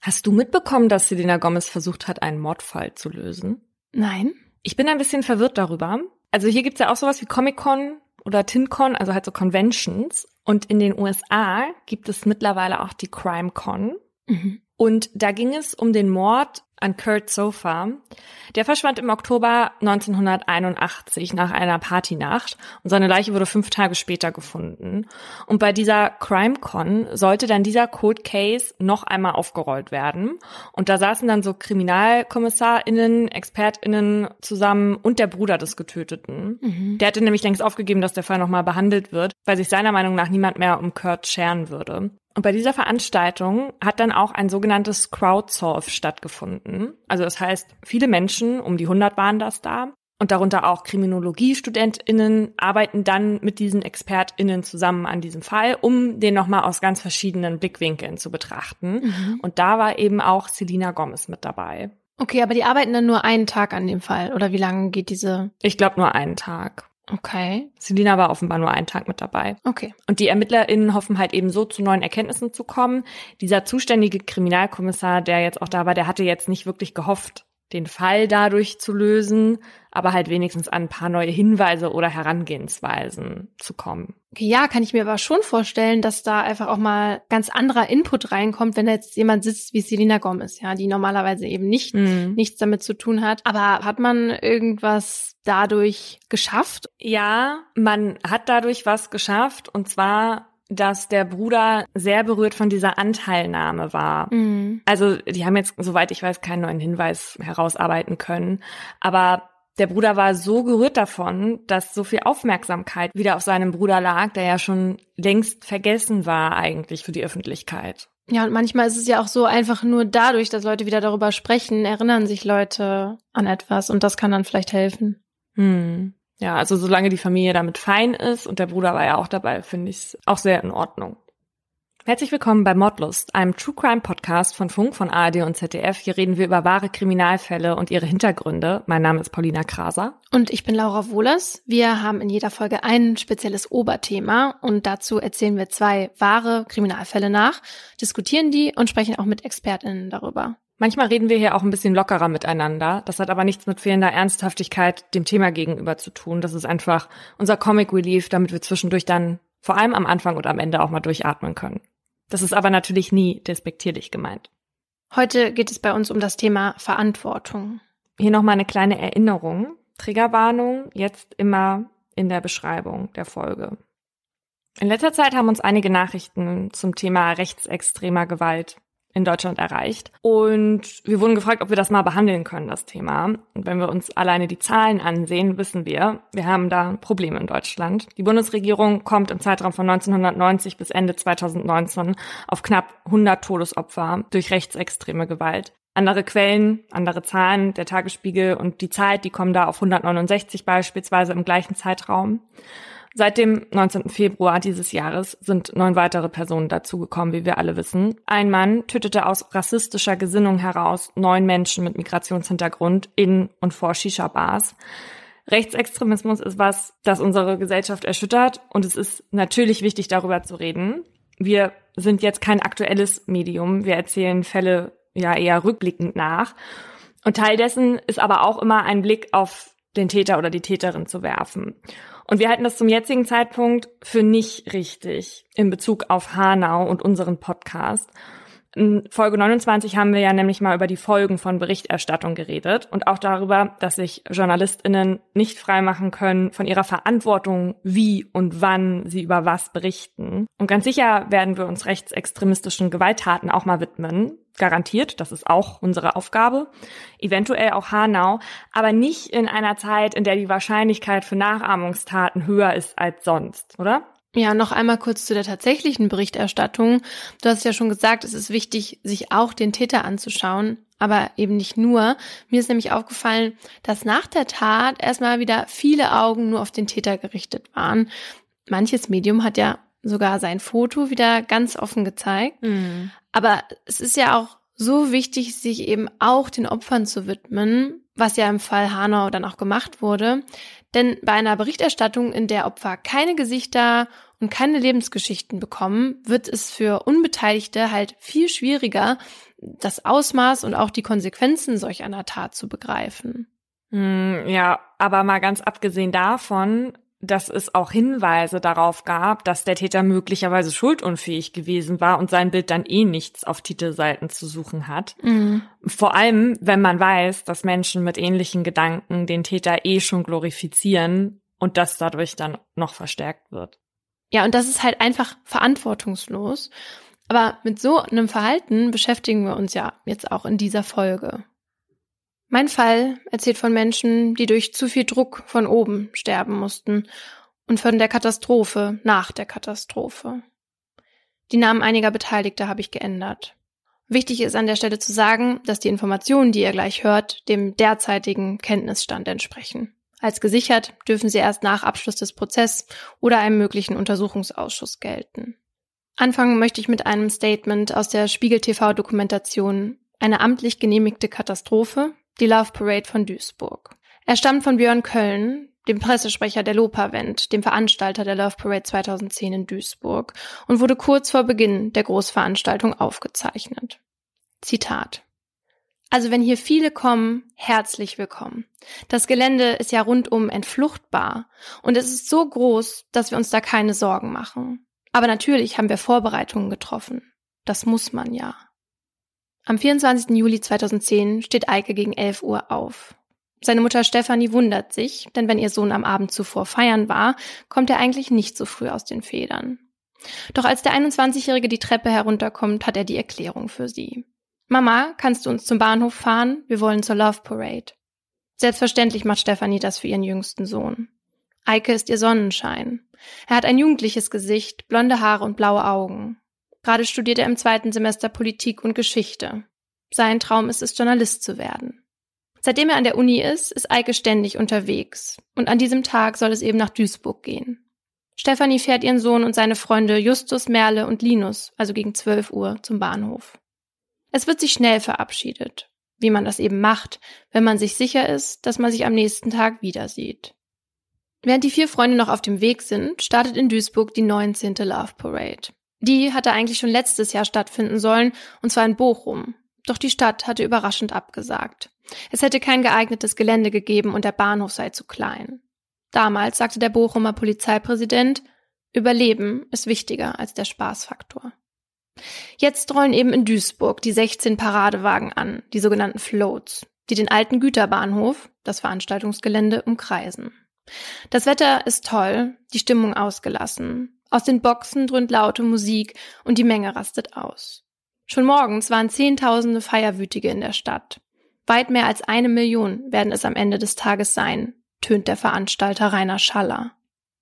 Hast du mitbekommen, dass Selena Gomez versucht hat, einen Mordfall zu lösen? Nein. Ich bin ein bisschen verwirrt darüber. Also hier gibt's ja auch sowas wie Comic-Con oder Tin-Con, also halt so Conventions. Und in den USA gibt es mittlerweile auch die Crime-Con. Mhm. Und da ging es um den Mord an Kurt Sofa. Der verschwand im Oktober 1981 nach einer Partynacht und seine Leiche wurde 5 Tage später gefunden. Und bei dieser Crime-Con sollte dann dieser Cold Case noch einmal aufgerollt werden. Und da saßen dann so KriminalkommissarInnen, ExpertInnen zusammen und der Bruder des Getöteten. Mhm. Der hatte nämlich längst aufgegeben, dass der Fall nochmal behandelt wird, weil sich seiner Meinung nach niemand mehr um Kurt scheren würde. Und bei dieser Veranstaltung hat dann auch ein sogenanntes Crowdsolve stattgefunden. Also das heißt, viele Menschen, um die 100 waren das da, und darunter auch Kriminologie-StudentInnen, arbeiten dann mit diesen ExpertInnen zusammen an diesem Fall, um den nochmal aus ganz verschiedenen Blickwinkeln zu betrachten. Mhm. Und da war eben auch Selena Gomez mit dabei. Okay, aber die arbeiten dann nur einen Tag an dem Fall? Oder wie lange geht diese? Ich glaube nur einen Tag. Okay. Selena war offenbar nur einen Tag mit dabei. Okay. Und die ErmittlerInnen hoffen halt eben so zu neuen Erkenntnissen zu kommen. Dieser zuständige Kriminalkommissar, der jetzt auch da war, der hatte jetzt nicht wirklich gehofft, den Fall dadurch zu lösen, aber halt wenigstens an ein paar neue Hinweise oder Herangehensweisen zu kommen. Okay, ja, kann ich mir aber schon vorstellen, dass da einfach auch mal ganz anderer Input reinkommt, wenn da jetzt jemand sitzt wie Selena Gomez, ja, die normalerweise eben nichts damit zu tun hat. Aber hat man irgendwas dadurch geschafft? Ja, man hat dadurch was geschafft, und zwar, dass der Bruder sehr berührt von dieser Anteilnahme war. Mhm. Also die haben jetzt, soweit ich weiß, keinen neuen Hinweis herausarbeiten können, aber der Bruder war so gerührt davon, dass so viel Aufmerksamkeit wieder auf seinem Bruder lag, der ja schon längst vergessen war eigentlich für die Öffentlichkeit. Ja, und manchmal ist es ja auch so, einfach nur dadurch, dass Leute wieder darüber sprechen, erinnern sich Leute an etwas, und das kann dann vielleicht helfen. Ja, also solange die Familie damit fein ist, und der Bruder war ja auch dabei, finde ich es auch sehr in Ordnung. Herzlich willkommen bei Mordlust, einem True Crime Podcast von Funk, von ARD und ZDF. Hier reden wir über wahre Kriminalfälle und ihre Hintergründe. Mein Name ist Paulina Kraser. Und ich bin Laura Wohlers. Wir haben in jeder Folge ein spezielles Oberthema, und dazu erzählen wir 2 wahre Kriminalfälle nach, diskutieren die und sprechen auch mit ExpertInnen darüber. Manchmal reden wir hier auch ein bisschen lockerer miteinander. Das hat aber nichts mit fehlender Ernsthaftigkeit dem Thema gegenüber zu tun. Das ist einfach unser Comic Relief, damit wir zwischendurch dann vor allem am Anfang und am Ende auch mal durchatmen können. Das ist aber natürlich nie despektierlich gemeint. Heute geht es bei uns um das Thema Verantwortung. Hier nochmal eine kleine Erinnerung. Triggerwarnung, jetzt immer in der Beschreibung der Folge. In letzter Zeit haben uns einige Nachrichten zum Thema rechtsextremer Gewalt in Deutschland erreicht. Und wir wurden gefragt, ob wir das mal behandeln können, das Thema. Und wenn wir uns alleine die Zahlen ansehen, wissen wir haben da Probleme in Deutschland. Die Bundesregierung kommt im Zeitraum von 1990 bis Ende 2019 auf knapp 100 Todesopfer durch rechtsextreme Gewalt. Andere Quellen, andere Zahlen, der Tagesspiegel und die Zeit, die kommen da auf 169 beispielsweise im gleichen Zeitraum. Seit dem 19. Februar dieses Jahres sind 9 weitere Personen dazugekommen, wie wir alle wissen. Ein Mann tötete aus rassistischer Gesinnung heraus 9 Menschen mit Migrationshintergrund in und vor Shisha-Bars. Rechtsextremismus ist was, das unsere Gesellschaft erschüttert, und es ist natürlich wichtig, darüber zu reden. Wir sind jetzt kein aktuelles Medium, wir erzählen Fälle ja eher rückblickend nach. Und Teil dessen ist aber auch immer ein Blick auf den Täter oder die Täterin zu werfen. Und wir halten das zum jetzigen Zeitpunkt für nicht richtig in Bezug auf Hanau und unseren Podcast. In Folge 29 haben wir ja nämlich mal über die Folgen von Berichterstattung geredet und auch darüber, dass sich JournalistInnen nicht freimachen können von ihrer Verantwortung, wie und wann sie über was berichten. Und ganz sicher werden wir uns rechtsextremistischen Gewalttaten auch mal widmen. Garantiert, das ist auch unsere Aufgabe. Eventuell auch Hanau, aber nicht in einer Zeit, in der die Wahrscheinlichkeit für Nachahmungstaten höher ist als sonst, oder? Ja, noch einmal kurz zu der tatsächlichen Berichterstattung. Du hast ja schon gesagt, es ist wichtig, sich auch den Täter anzuschauen, aber eben nicht nur. Mir ist nämlich aufgefallen, dass nach der Tat erstmal wieder viele Augen nur auf den Täter gerichtet waren. Manches Medium hat ja sogar sein Foto wieder ganz offen gezeigt. Mhm. Aber es ist ja auch so wichtig, sich eben auch den Opfern zu widmen, was ja im Fall Hanau dann auch gemacht wurde. Denn bei einer Berichterstattung, in der Opfer keine Gesichter und keine Lebensgeschichten bekommen, wird es für Unbeteiligte halt viel schwieriger, das Ausmaß und auch die Konsequenzen solch einer Tat zu begreifen. Ja, aber mal ganz abgesehen davon, dass es auch Hinweise darauf gab, dass der Täter möglicherweise schuldunfähig gewesen war und sein Bild dann nichts auf Titelseiten zu suchen hat. Vor allem, wenn man weiß, dass Menschen mit ähnlichen Gedanken den Täter schon glorifizieren und das dadurch dann noch verstärkt wird. Ja, und das ist halt einfach verantwortungslos. Aber mit so einem Verhalten beschäftigen wir uns ja jetzt auch in dieser Folge. Mein Fall erzählt von Menschen, die durch zu viel Druck von oben sterben mussten und von der Katastrophe nach der Katastrophe. Die Namen einiger Beteiligter habe ich geändert. Wichtig ist an der Stelle zu sagen, dass die Informationen, die ihr gleich hört, dem derzeitigen Kenntnisstand entsprechen. Als gesichert dürfen sie erst nach Abschluss des Prozesses oder einem möglichen Untersuchungsausschuss gelten. Anfangen möchte ich mit einem Statement aus der Spiegel-TV-Dokumentation Eine amtlich genehmigte Katastrophe, die Love Parade von Duisburg. Er stammt von Björn Köln, dem Pressesprecher der Lopavent, dem Veranstalter der Love Parade 2010 in Duisburg, und wurde kurz vor Beginn der Großveranstaltung aufgezeichnet. Zitat: Also wenn hier viele kommen, herzlich willkommen. Das Gelände ist ja rundum entfluchtbar und es ist so groß, dass wir uns da keine Sorgen machen. Aber natürlich haben wir Vorbereitungen getroffen. Das muss man ja. Am 24. Juli 2010 steht Eike gegen 11 Uhr auf. Seine Mutter Stefanie wundert sich, denn wenn ihr Sohn am Abend zuvor feiern war, kommt er eigentlich nicht so früh aus den Federn. Doch als der 21-Jährige die Treppe herunterkommt, hat er die Erklärung für sie. Mama, kannst du uns zum Bahnhof fahren? Wir wollen zur Love Parade. Selbstverständlich macht Stefanie das für ihren jüngsten Sohn. Eike ist ihr Sonnenschein. Er hat ein jugendliches Gesicht, blonde Haare und blaue Augen. Gerade studiert er im 2. Semester Politik und Geschichte. Sein Traum ist es, Journalist zu werden. Seitdem er an der Uni ist Eike ständig unterwegs. Und an diesem Tag soll es eben nach Duisburg gehen. Stefanie fährt ihren Sohn und seine Freunde Justus, Merle und Linus, also gegen 12 Uhr, zum Bahnhof. Es wird sich schnell verabschiedet, wie man das eben macht, wenn man sich sicher ist, dass man sich am nächsten Tag wieder sieht. Während die 4 Freunde noch auf dem Weg sind, startet in Duisburg die 19. Love Parade. Die hatte eigentlich schon letztes Jahr stattfinden sollen, und zwar in Bochum. Doch die Stadt hatte überraschend abgesagt. Es hätte kein geeignetes Gelände gegeben und der Bahnhof sei zu klein. Damals sagte der Bochumer Polizeipräsident, Überleben ist wichtiger als der Spaßfaktor. Jetzt rollen eben in Duisburg die 16 Paradewagen an, die sogenannten Floats, die den alten Güterbahnhof, das Veranstaltungsgelände, umkreisen. Das Wetter ist toll, die Stimmung ausgelassen. Aus den Boxen dröhnt laute Musik und die Menge rastet aus. Schon morgens waren Zehntausende Feierwütige in der Stadt. Weit mehr als 1 Million werden es am Ende des Tages sein, tönt der Veranstalter Rainer Schaller.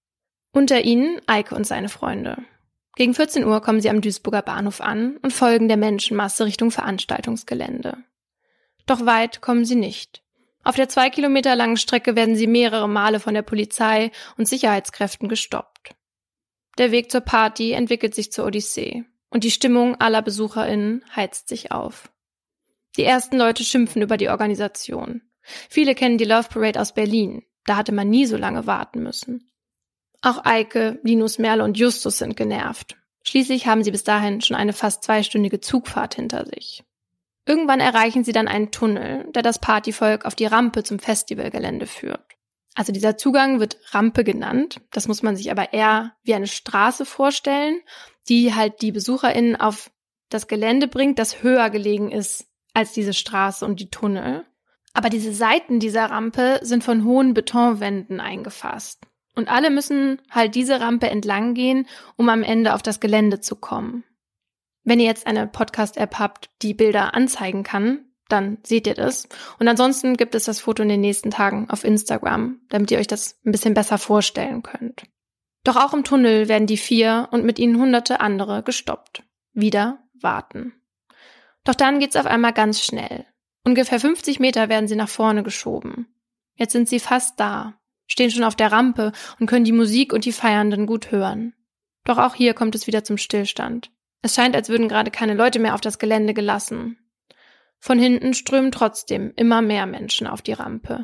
Unter ihnen Eike und seine Freunde. Gegen 14 Uhr kommen sie am Duisburger Bahnhof an und folgen der Menschenmasse Richtung Veranstaltungsgelände. Doch weit kommen sie nicht. Auf der 2 Kilometer langen Strecke werden sie mehrere Male von der Polizei und Sicherheitskräften gestoppt. Der Weg zur Party entwickelt sich zur Odyssee und die Stimmung aller BesucherInnen heizt sich auf. Die ersten Leute schimpfen über die Organisation. Viele kennen die Love Parade aus Berlin, da hatte man nie so lange warten müssen. Auch Eike, Linus, Merle und Justus sind genervt. Schließlich haben sie bis dahin schon eine fast 2-stündige Zugfahrt hinter sich. Irgendwann erreichen sie dann einen Tunnel, der das Partyvolk auf die Rampe zum Festivalgelände führt. Also dieser Zugang wird Rampe genannt, das muss man sich aber eher wie eine Straße vorstellen, die halt die BesucherInnen auf das Gelände bringt, das höher gelegen ist als diese Straße und die Tunnel. Aber diese Seiten dieser Rampe sind von hohen Betonwänden eingefasst. Und alle müssen halt diese Rampe entlang gehen, um am Ende auf das Gelände zu kommen. Wenn ihr jetzt eine Podcast-App habt, die Bilder anzeigen kann, dann seht ihr das. Und ansonsten gibt es das Foto in den nächsten Tagen auf Instagram, damit ihr euch das ein bisschen besser vorstellen könnt. Doch auch im Tunnel werden die 4 und mit ihnen hunderte andere gestoppt. Wieder warten. Doch dann geht's auf einmal ganz schnell. Ungefähr 50 Meter werden sie nach vorne geschoben. Jetzt sind sie fast da, stehen schon auf der Rampe und können die Musik und die Feiernden gut hören. Doch auch hier kommt es wieder zum Stillstand. Es scheint, als würden gerade keine Leute mehr auf das Gelände gelassen. Von hinten strömen trotzdem immer mehr Menschen auf die Rampe.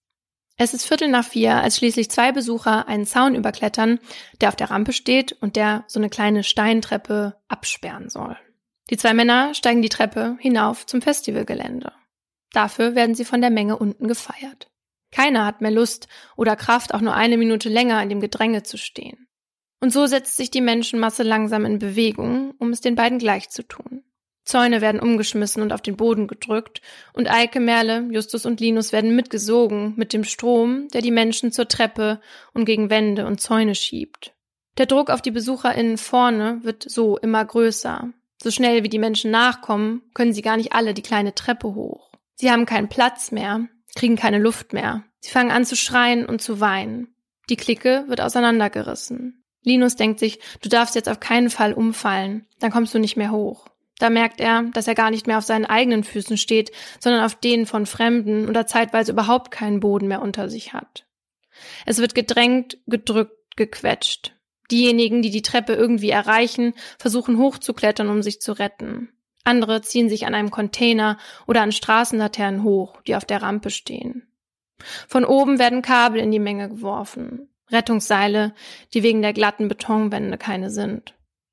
Es ist 3:45, als schließlich 2 Besucher einen Zaun überklettern, der auf der Rampe steht und der so eine kleine Steintreppe absperren soll. Die 2 Männer steigen die Treppe hinauf zum Festivalgelände. Dafür werden sie von der Menge unten gefeiert. Keiner hat mehr Lust oder Kraft, auch nur eine Minute länger in dem Gedränge zu stehen. Und so setzt sich die Menschenmasse langsam in Bewegung, um es den beiden gleich zu tun. Zäune werden umgeschmissen und auf den Boden gedrückt und Eike, Merle, Justus und Linus werden mitgesogen mit dem Strom, der die Menschen zur Treppe und gegen Wände und Zäune schiebt. Der Druck auf die BesucherInnen vorne wird so immer größer. So schnell wie die Menschen nachkommen, können sie gar nicht alle die kleine Treppe hoch. Sie haben keinen Platz mehr, kriegen keine Luft mehr. Sie fangen an zu schreien und zu weinen. Die Clique wird auseinandergerissen. Linus denkt sich, du darfst jetzt auf keinen Fall umfallen, dann kommst du nicht mehr hoch. Da merkt er, dass er gar nicht mehr auf seinen eigenen Füßen steht, sondern auf denen von Fremden oder zeitweise überhaupt keinen Boden mehr unter sich hat. Es wird gedrängt, gedrückt, gequetscht. Diejenigen, die die Treppe irgendwie erreichen, versuchen hochzuklettern, um sich zu retten. Andere ziehen sich an einem Container oder an Straßenlaternen hoch, die auf der Rampe stehen. Von oben werden Kabel in die Menge geworfen. Rettungsseile, die wegen der glatten Betonwände keine sind.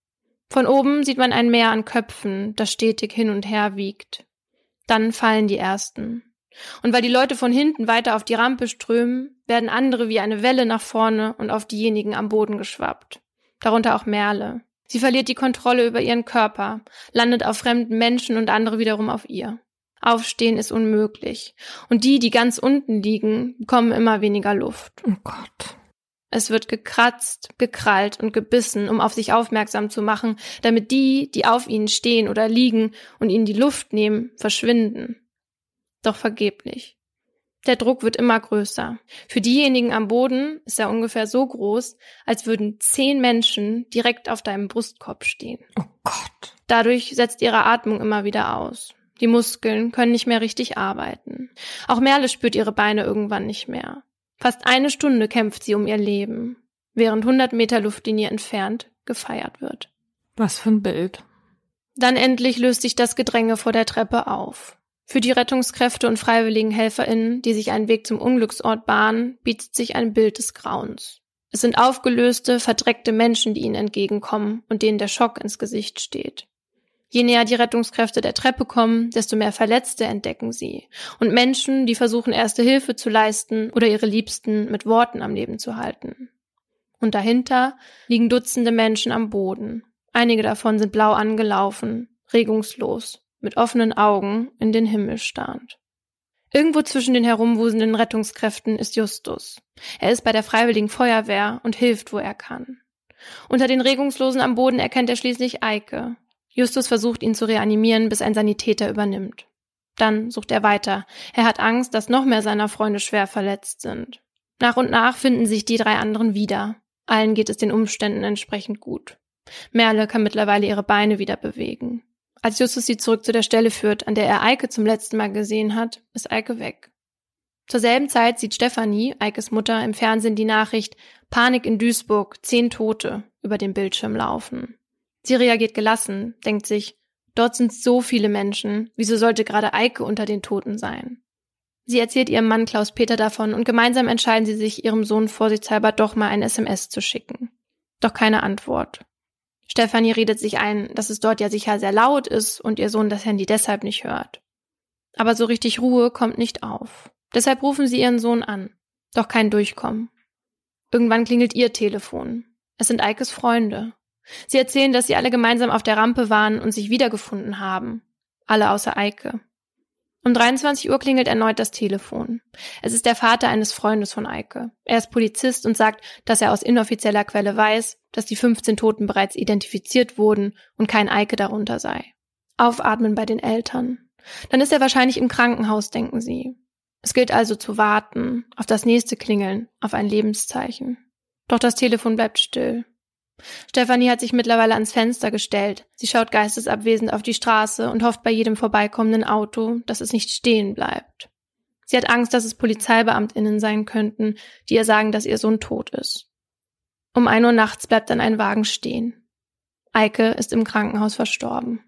Von oben sieht man ein Meer an Köpfen, das stetig hin und her wiegt. Dann fallen die ersten. Und weil die Leute von hinten weiter auf die Rampe strömen, werden andere wie eine Welle nach vorne und auf diejenigen am Boden geschwappt. Darunter auch Merle. Sie verliert die Kontrolle über ihren Körper, landet auf fremden Menschen und andere wiederum auf ihr. Aufstehen ist unmöglich. Und die ganz unten liegen, bekommen immer weniger Luft. Oh Gott. Es wird gekratzt, gekrallt und gebissen, um auf sich aufmerksam zu machen, damit die auf ihnen stehen oder liegen und ihnen die Luft nehmen, verschwinden. Doch vergeblich. Der Druck wird immer größer. Für diejenigen am Boden ist er ungefähr so groß, als würden 10 Menschen direkt auf deinem Brustkorb stehen. Oh Gott. Dadurch setzt ihre Atmung immer wieder aus. Die Muskeln können nicht mehr richtig arbeiten. Auch Merle spürt ihre Beine irgendwann nicht mehr. Fast 1 Stunde kämpft sie um ihr Leben, während 100 Meter Luftlinie entfernt gefeiert wird. Was für ein Bild. Dann endlich löst sich das Gedränge vor der Treppe auf. Für die Rettungskräfte und freiwilligen HelferInnen, die sich einen Weg zum Unglücksort bahnen, bietet sich ein Bild des Grauens. Es sind aufgelöste, verdreckte Menschen, die ihnen entgegenkommen und denen der Schock ins Gesicht steht. Je näher die Rettungskräfte der Treppe kommen, desto mehr Verletzte entdecken sie. Und Menschen, die versuchen, erste Hilfe zu leisten oder ihre Liebsten mit Worten am Leben zu halten. Und dahinter liegen Dutzende Menschen am Boden. Einige davon sind blau angelaufen, regungslos, mit offenen Augen in den Himmel starrend. Irgendwo zwischen den herumwusenden Rettungskräften ist Justus. Er ist bei der Freiwilligen Feuerwehr und hilft, wo er kann. Unter den Regungslosen am Boden erkennt er schließlich Eike. Justus versucht, ihn zu reanimieren, bis ein Sanitäter übernimmt. Dann sucht er weiter. Er hat Angst, dass noch mehr seiner Freunde schwer verletzt sind. Nach und nach finden sich die 3 anderen wieder. Allen geht es den Umständen entsprechend gut. Merle kann mittlerweile ihre Beine wieder bewegen. Als Justus sie zurück zu der Stelle führt, an der er Eike zum letzten Mal gesehen hat, ist Eike weg. Zur selben Zeit sieht Stefanie, Eikes Mutter, im Fernsehen die Nachricht „Panik in Duisburg, 10 Tote" über dem Bildschirm laufen. Sie reagiert gelassen, denkt sich, dort sind so viele Menschen, wieso sollte gerade Eike unter den Toten sein? Sie erzählt ihrem Mann Klaus-Peter davon und gemeinsam entscheiden sie sich, ihrem Sohn vorsichtshalber doch mal ein SMS zu schicken. Doch keine Antwort. Stefanie redet sich ein, dass es dort ja sicher sehr laut ist und ihr Sohn das Handy deshalb nicht hört. Aber so richtig Ruhe kommt nicht auf. Deshalb rufen sie ihren Sohn an. Doch kein Durchkommen. Irgendwann klingelt ihr Telefon. Es sind Eikes Freunde. Sie erzählen, dass sie alle gemeinsam auf der Rampe waren und sich wiedergefunden haben. Alle außer Eike. Um 23 Uhr klingelt erneut das Telefon. Es ist der Vater eines Freundes von Eike. Er ist Polizist und sagt, dass er aus inoffizieller Quelle weiß, dass die 15 Toten bereits identifiziert wurden und kein Eike darunter sei. Aufatmen bei den Eltern. Dann ist er wahrscheinlich im Krankenhaus, denken sie. Es gilt also zu warten, auf das nächste Klingeln, auf ein Lebenszeichen. Doch das Telefon bleibt still. Stefanie hat sich mittlerweile ans Fenster gestellt. Sie schaut geistesabwesend auf die Straße und hofft bei jedem vorbeikommenden Auto, dass es nicht stehen bleibt. Sie hat Angst, dass es PolizeibeamtInnen sein könnten, die ihr sagen, dass ihr Sohn tot ist. Um 1 Uhr nachts bleibt dann ein Wagen stehen. Eike ist im Krankenhaus verstorben.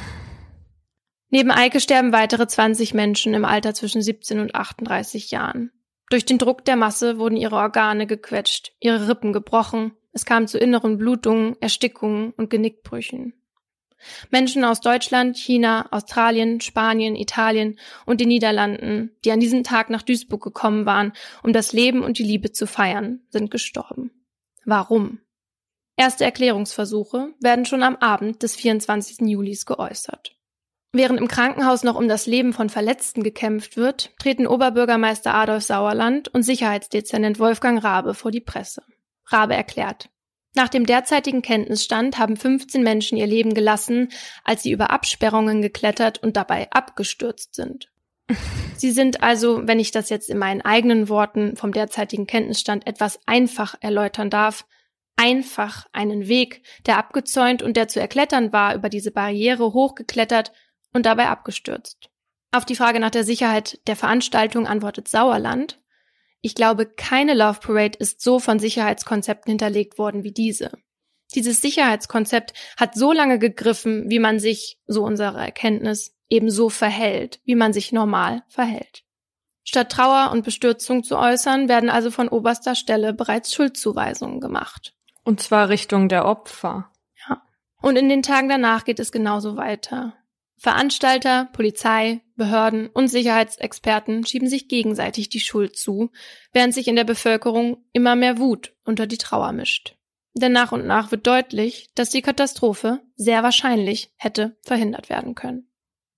Neben Eike sterben weitere 20 Menschen im Alter zwischen 17 und 38 Jahren. Durch den Druck der Masse wurden ihre Organe gequetscht, ihre Rippen gebrochen. Es kam zu inneren Blutungen, Erstickungen und Genickbrüchen. Menschen aus Deutschland, China, Australien, Spanien, Italien und den Niederlanden, die an diesem Tag nach Duisburg gekommen waren, um das Leben und die Liebe zu feiern, sind gestorben. Warum? Erste Erklärungsversuche werden schon am Abend des 24. Julis geäußert. Während im Krankenhaus noch um das Leben von Verletzten gekämpft wird, treten Oberbürgermeister Adolf Sauerland und Sicherheitsdezernent Wolfgang Raabe vor die Presse. Raabe erklärt: Nach dem derzeitigen Kenntnisstand haben 15 Menschen ihr Leben gelassen, als sie über Absperrungen geklettert und dabei abgestürzt sind. Sie sind also, wenn ich das jetzt in meinen eigenen Worten vom derzeitigen Kenntnisstand etwas einfach erläutern darf, einfach einen Weg, der abgezäunt und der zu erklettern war, über diese Barriere hochgeklettert und dabei abgestürzt. Auf die Frage nach der Sicherheit der Veranstaltung antwortet Sauerland: Ich glaube, keine Love Parade ist so von Sicherheitskonzepten hinterlegt worden wie diese. Dieses Sicherheitskonzept hat so lange gegriffen, wie man sich, so unsere Erkenntnis, eben so verhält, wie man sich normal verhält. Statt Trauer und Bestürzung zu äußern, werden also von oberster Stelle bereits Schuldzuweisungen gemacht. Und zwar Richtung der Opfer. Ja. Und in den Tagen danach geht es genauso weiter. Veranstalter, Polizei, Behörden und Sicherheitsexperten schieben sich gegenseitig die Schuld zu, während sich in der Bevölkerung immer mehr Wut unter die Trauer mischt. Denn nach und nach wird deutlich, dass die Katastrophe sehr wahrscheinlich hätte verhindert werden können.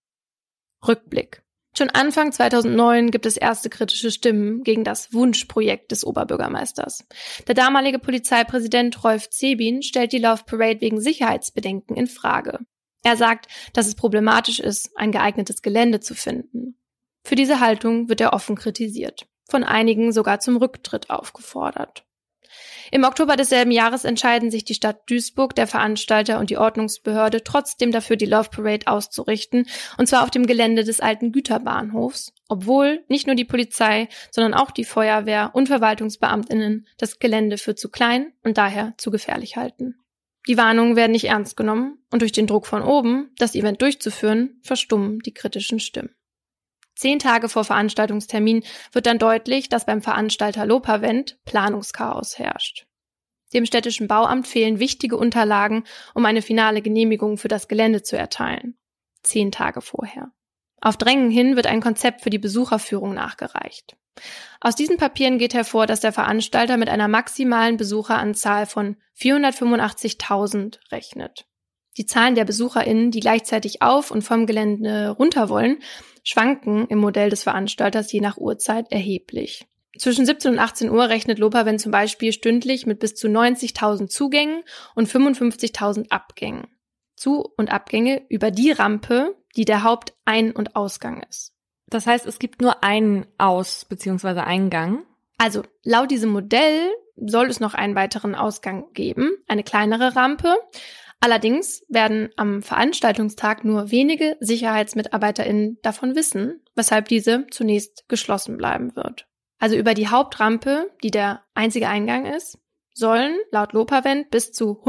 Rückblick. Schon Anfang 2009 gibt es erste kritische Stimmen gegen das Wunschprojekt des Oberbürgermeisters. Der damalige Polizeipräsident Rolf Zebin stellt die Love Parade wegen Sicherheitsbedenken in Frage. Er sagt, dass es problematisch ist, ein geeignetes Gelände zu finden. Für diese Haltung wird er offen kritisiert, von einigen sogar zum Rücktritt aufgefordert. Im Oktober desselben Jahres entscheiden sich die Stadt Duisburg, der Veranstalter und die Ordnungsbehörde trotzdem dafür, die Love Parade auszurichten, und zwar auf dem Gelände des alten Güterbahnhofs, obwohl nicht nur die Polizei, sondern auch die Feuerwehr und VerwaltungsbeamtInnen das Gelände für zu klein und daher zu gefährlich halten. Die Warnungen werden nicht ernst genommen und durch den Druck von oben, das Event durchzuführen, verstummen die kritischen Stimmen. 10 Tage vor Veranstaltungstermin wird dann deutlich, dass beim Veranstalter Lopavent Planungschaos herrscht. Dem städtischen Bauamt fehlen wichtige Unterlagen, um eine finale Genehmigung für das Gelände zu erteilen. 10 Tage vorher. Auf Drängen hin wird ein Konzept für die Besucherführung nachgereicht. Aus diesen Papieren geht hervor, dass der Veranstalter mit einer maximalen Besucheranzahl von 485.000 rechnet. Die Zahlen der BesucherInnen, die gleichzeitig auf und vom Gelände runter wollen, schwanken im Modell des Veranstalters je nach Uhrzeit erheblich. Zwischen 17 und 18 Uhr rechnet Lopavent zum Beispiel stündlich mit bis zu 90.000 Zugängen und 55.000 Abgängen. Zu- und Abgänge über die Rampe, die der Hauptein- und Ausgang ist. Das heißt, es gibt nur einen Aus- bzw. Eingang. Also laut diesem Modell soll es noch einen weiteren Ausgang geben, eine kleinere Rampe. Allerdings werden am Veranstaltungstag nur wenige SicherheitsmitarbeiterInnen davon wissen, weshalb diese zunächst geschlossen bleiben wird. Also über die Hauptrampe, die der einzige Eingang ist, sollen laut Lopavent bis zu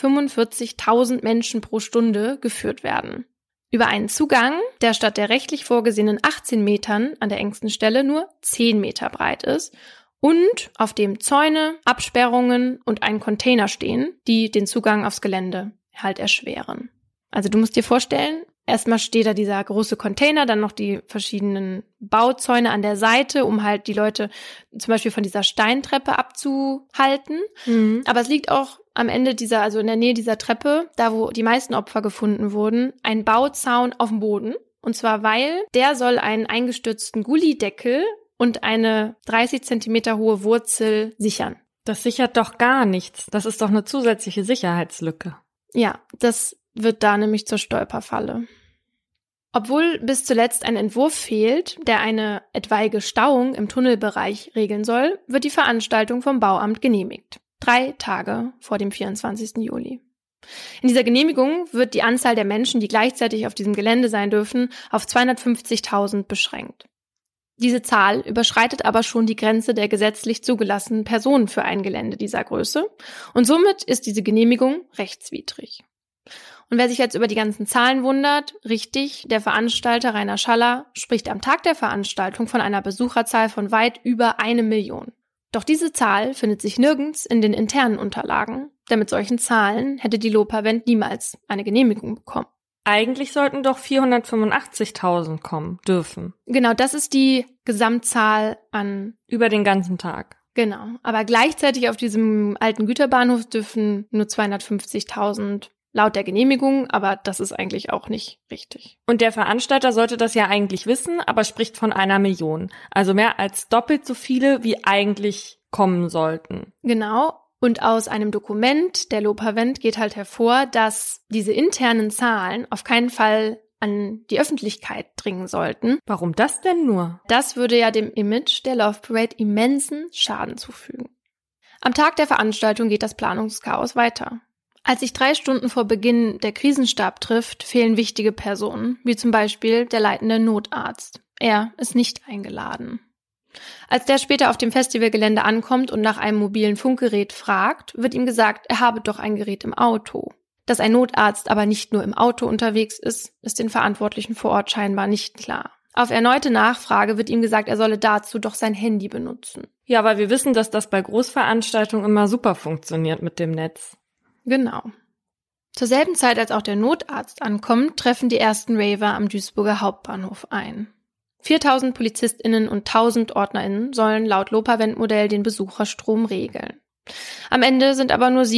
145.000 Menschen pro Stunde geführt werden. Über einen Zugang, der statt der rechtlich vorgesehenen 18 Metern an der engsten Stelle nur 10 Meter breit ist und auf dem Zäune, Absperrungen und ein Container stehen, die den Zugang aufs Gelände halt erschweren. Also du musst dir vorstellen, erstmal steht da dieser große Container, dann noch die verschiedenen Bauzäune an der Seite, um halt die Leute zum Beispiel von dieser Steintreppe abzuhalten. Mhm. Aber es liegt auch am Ende dieser, also in der Nähe dieser Treppe, da wo die meisten Opfer gefunden wurden, ein Bauzaun auf dem Boden. Und zwar, weil der soll einen eingestürzten Gullideckel und eine 30 Zentimeter hohe Wurzel sichern. Das sichert doch gar nichts. Das ist doch eine zusätzliche Sicherheitslücke. Ja, das wird da nämlich zur Stolperfalle. Obwohl bis zuletzt ein Entwurf fehlt, der eine etwaige Stauung im Tunnelbereich regeln soll, wird die Veranstaltung vom Bauamt genehmigt. 3 Tage vor dem 24. Juli. In dieser Genehmigung wird die Anzahl der Menschen, die gleichzeitig auf diesem Gelände sein dürfen, auf 250.000 beschränkt. Diese Zahl überschreitet aber schon die Grenze der gesetzlich zugelassenen Personen für ein Gelände dieser Größe und somit ist diese Genehmigung rechtswidrig. Und wer sich jetzt über die ganzen Zahlen wundert, richtig, der Veranstalter Rainer Schaller spricht am Tag der Veranstaltung von einer Besucherzahl von weit über 1 Million. Doch diese Zahl findet sich nirgends in den internen Unterlagen, denn mit solchen Zahlen hätte die Lopavent niemals eine Genehmigung bekommen. Eigentlich sollten doch 485.000 kommen dürfen. Genau, das ist die Gesamtzahl an... Über den ganzen Tag. Genau, aber gleichzeitig auf diesem alten Güterbahnhof dürfen nur 250.000 laut der Genehmigung, aber das ist eigentlich auch nicht richtig. Und der Veranstalter sollte das ja eigentlich wissen, aber spricht von 1 Million. Also mehr als doppelt so viele, wie eigentlich kommen sollten. Genau. Und aus einem Dokument der Lopavent geht halt hervor, dass diese internen Zahlen auf keinen Fall an die Öffentlichkeit dringen sollten. Warum das denn nur? Das würde ja dem Image der Love Parade immensen Schaden zufügen. Am Tag der Veranstaltung geht das Planungschaos weiter. Als sich 3 Stunden vor Beginn der Krisenstab trifft, fehlen wichtige Personen, wie zum Beispiel der leitende Notarzt. Er ist nicht eingeladen. Als der später auf dem Festivalgelände ankommt und nach einem mobilen Funkgerät fragt, wird ihm gesagt, er habe doch ein Gerät im Auto. Dass ein Notarzt aber nicht nur im Auto unterwegs ist, ist den Verantwortlichen vor Ort scheinbar nicht klar. Auf erneute Nachfrage wird ihm gesagt, er solle dazu doch sein Handy benutzen. Ja, weil wir wissen, dass das bei Großveranstaltungen immer super funktioniert mit dem Netz. Genau. Zur selben Zeit, als auch der Notarzt ankommt, treffen die ersten Raver am Duisburger Hauptbahnhof ein. 4.000 PolizistInnen und 1.000 OrdnerInnen sollen laut Lopavent-Modell den Besucherstrom regeln. Am Ende sind aber nur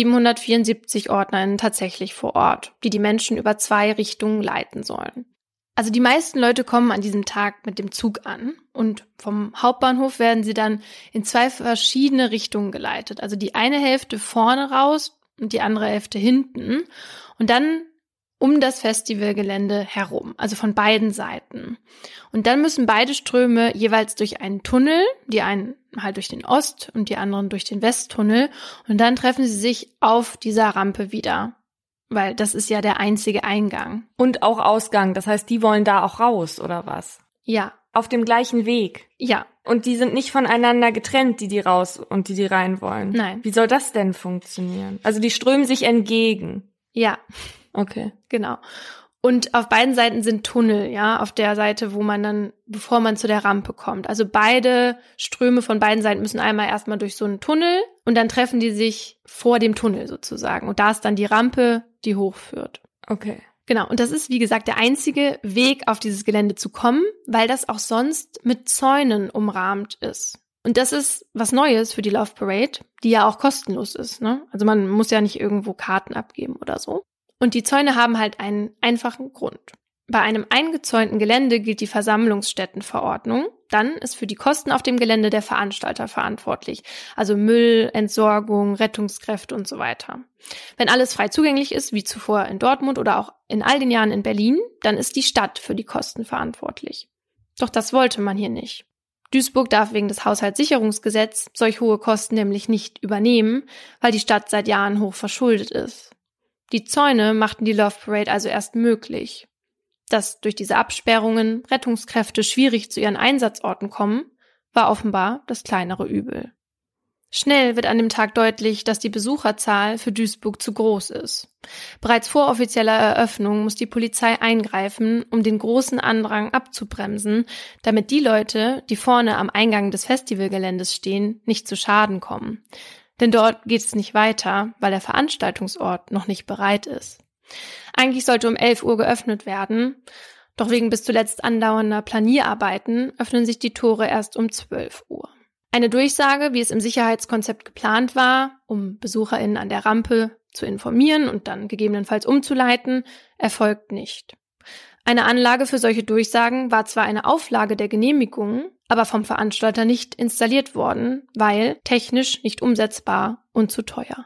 774 OrdnerInnen tatsächlich vor Ort, die die Menschen über 2 Richtungen leiten sollen. Also die meisten Leute kommen an diesem Tag mit dem Zug an und vom Hauptbahnhof werden sie dann in 2 verschiedene Richtungen geleitet. Also die eine Hälfte vorne raus und die andere Hälfte hinten und dann um das Festivalgelände herum, also von beiden Seiten. Und dann müssen beide Ströme jeweils durch einen Tunnel, die einen halt durch den Ost- und die anderen durch den Westtunnel. Und dann treffen sie sich auf dieser Rampe wieder, weil das ist ja der einzige Eingang. Und auch Ausgang, das heißt, die wollen da auch raus, oder was? Ja. Auf dem gleichen Weg? Ja. Und die sind nicht voneinander getrennt, die raus und die rein wollen? Nein. Wie soll das denn funktionieren? Also die strömen sich entgegen? Ja. Okay. Genau. Und auf beiden Seiten sind Tunnel, ja, auf der Seite, wo man dann, bevor man zu der Rampe kommt. Also beide Ströme von beiden Seiten müssen einmal erstmal durch so einen Tunnel und dann treffen die sich vor dem Tunnel sozusagen. Und da ist dann die Rampe, die hochführt. Okay. Genau. Und das ist, wie gesagt, der einzige Weg, auf dieses Gelände zu kommen, weil das auch sonst mit Zäunen umrahmt ist. Und das ist was Neues für die Love Parade, die ja auch kostenlos ist, ne? Also man muss ja nicht irgendwo Karten abgeben oder so. Und die Zäune haben halt einen einfachen Grund. Bei einem eingezäunten Gelände gilt die Versammlungsstättenverordnung. Dann ist für die Kosten auf dem Gelände der Veranstalter verantwortlich. Also Müll, Entsorgung, Rettungskräfte und so weiter. Wenn alles frei zugänglich ist, wie zuvor in Dortmund oder auch in all den Jahren in Berlin, dann ist die Stadt für die Kosten verantwortlich. Doch das wollte man hier nicht. Duisburg darf wegen des Haushaltssicherungsgesetzes solch hohe Kosten nämlich nicht übernehmen, weil die Stadt seit Jahren hoch verschuldet ist. Die Zäune machten die Love Parade also erst möglich. Dass durch diese Absperrungen Rettungskräfte schwierig zu ihren Einsatzorten kommen, war offenbar das kleinere Übel. Schnell wird an dem Tag deutlich, dass die Besucherzahl für Duisburg zu groß ist. Bereits vor offizieller Eröffnung muss die Polizei eingreifen, um den großen Andrang abzubremsen, damit die Leute, die vorne am Eingang des Festivalgeländes stehen, nicht zu Schaden kommen. Denn dort geht es nicht weiter, weil der Veranstaltungsort noch nicht bereit ist. Eigentlich sollte um 11 Uhr geöffnet werden, doch wegen bis zuletzt andauernder Planierarbeiten öffnen sich die Tore erst um 12 Uhr. Eine Durchsage, wie es im Sicherheitskonzept geplant war, um BesucherInnen an der Rampe zu informieren und dann gegebenenfalls umzuleiten, erfolgt nicht. Eine Anlage für solche Durchsagen war zwar eine Auflage der Genehmigung, aber vom Veranstalter nicht installiert worden, weil technisch nicht umsetzbar und zu teuer.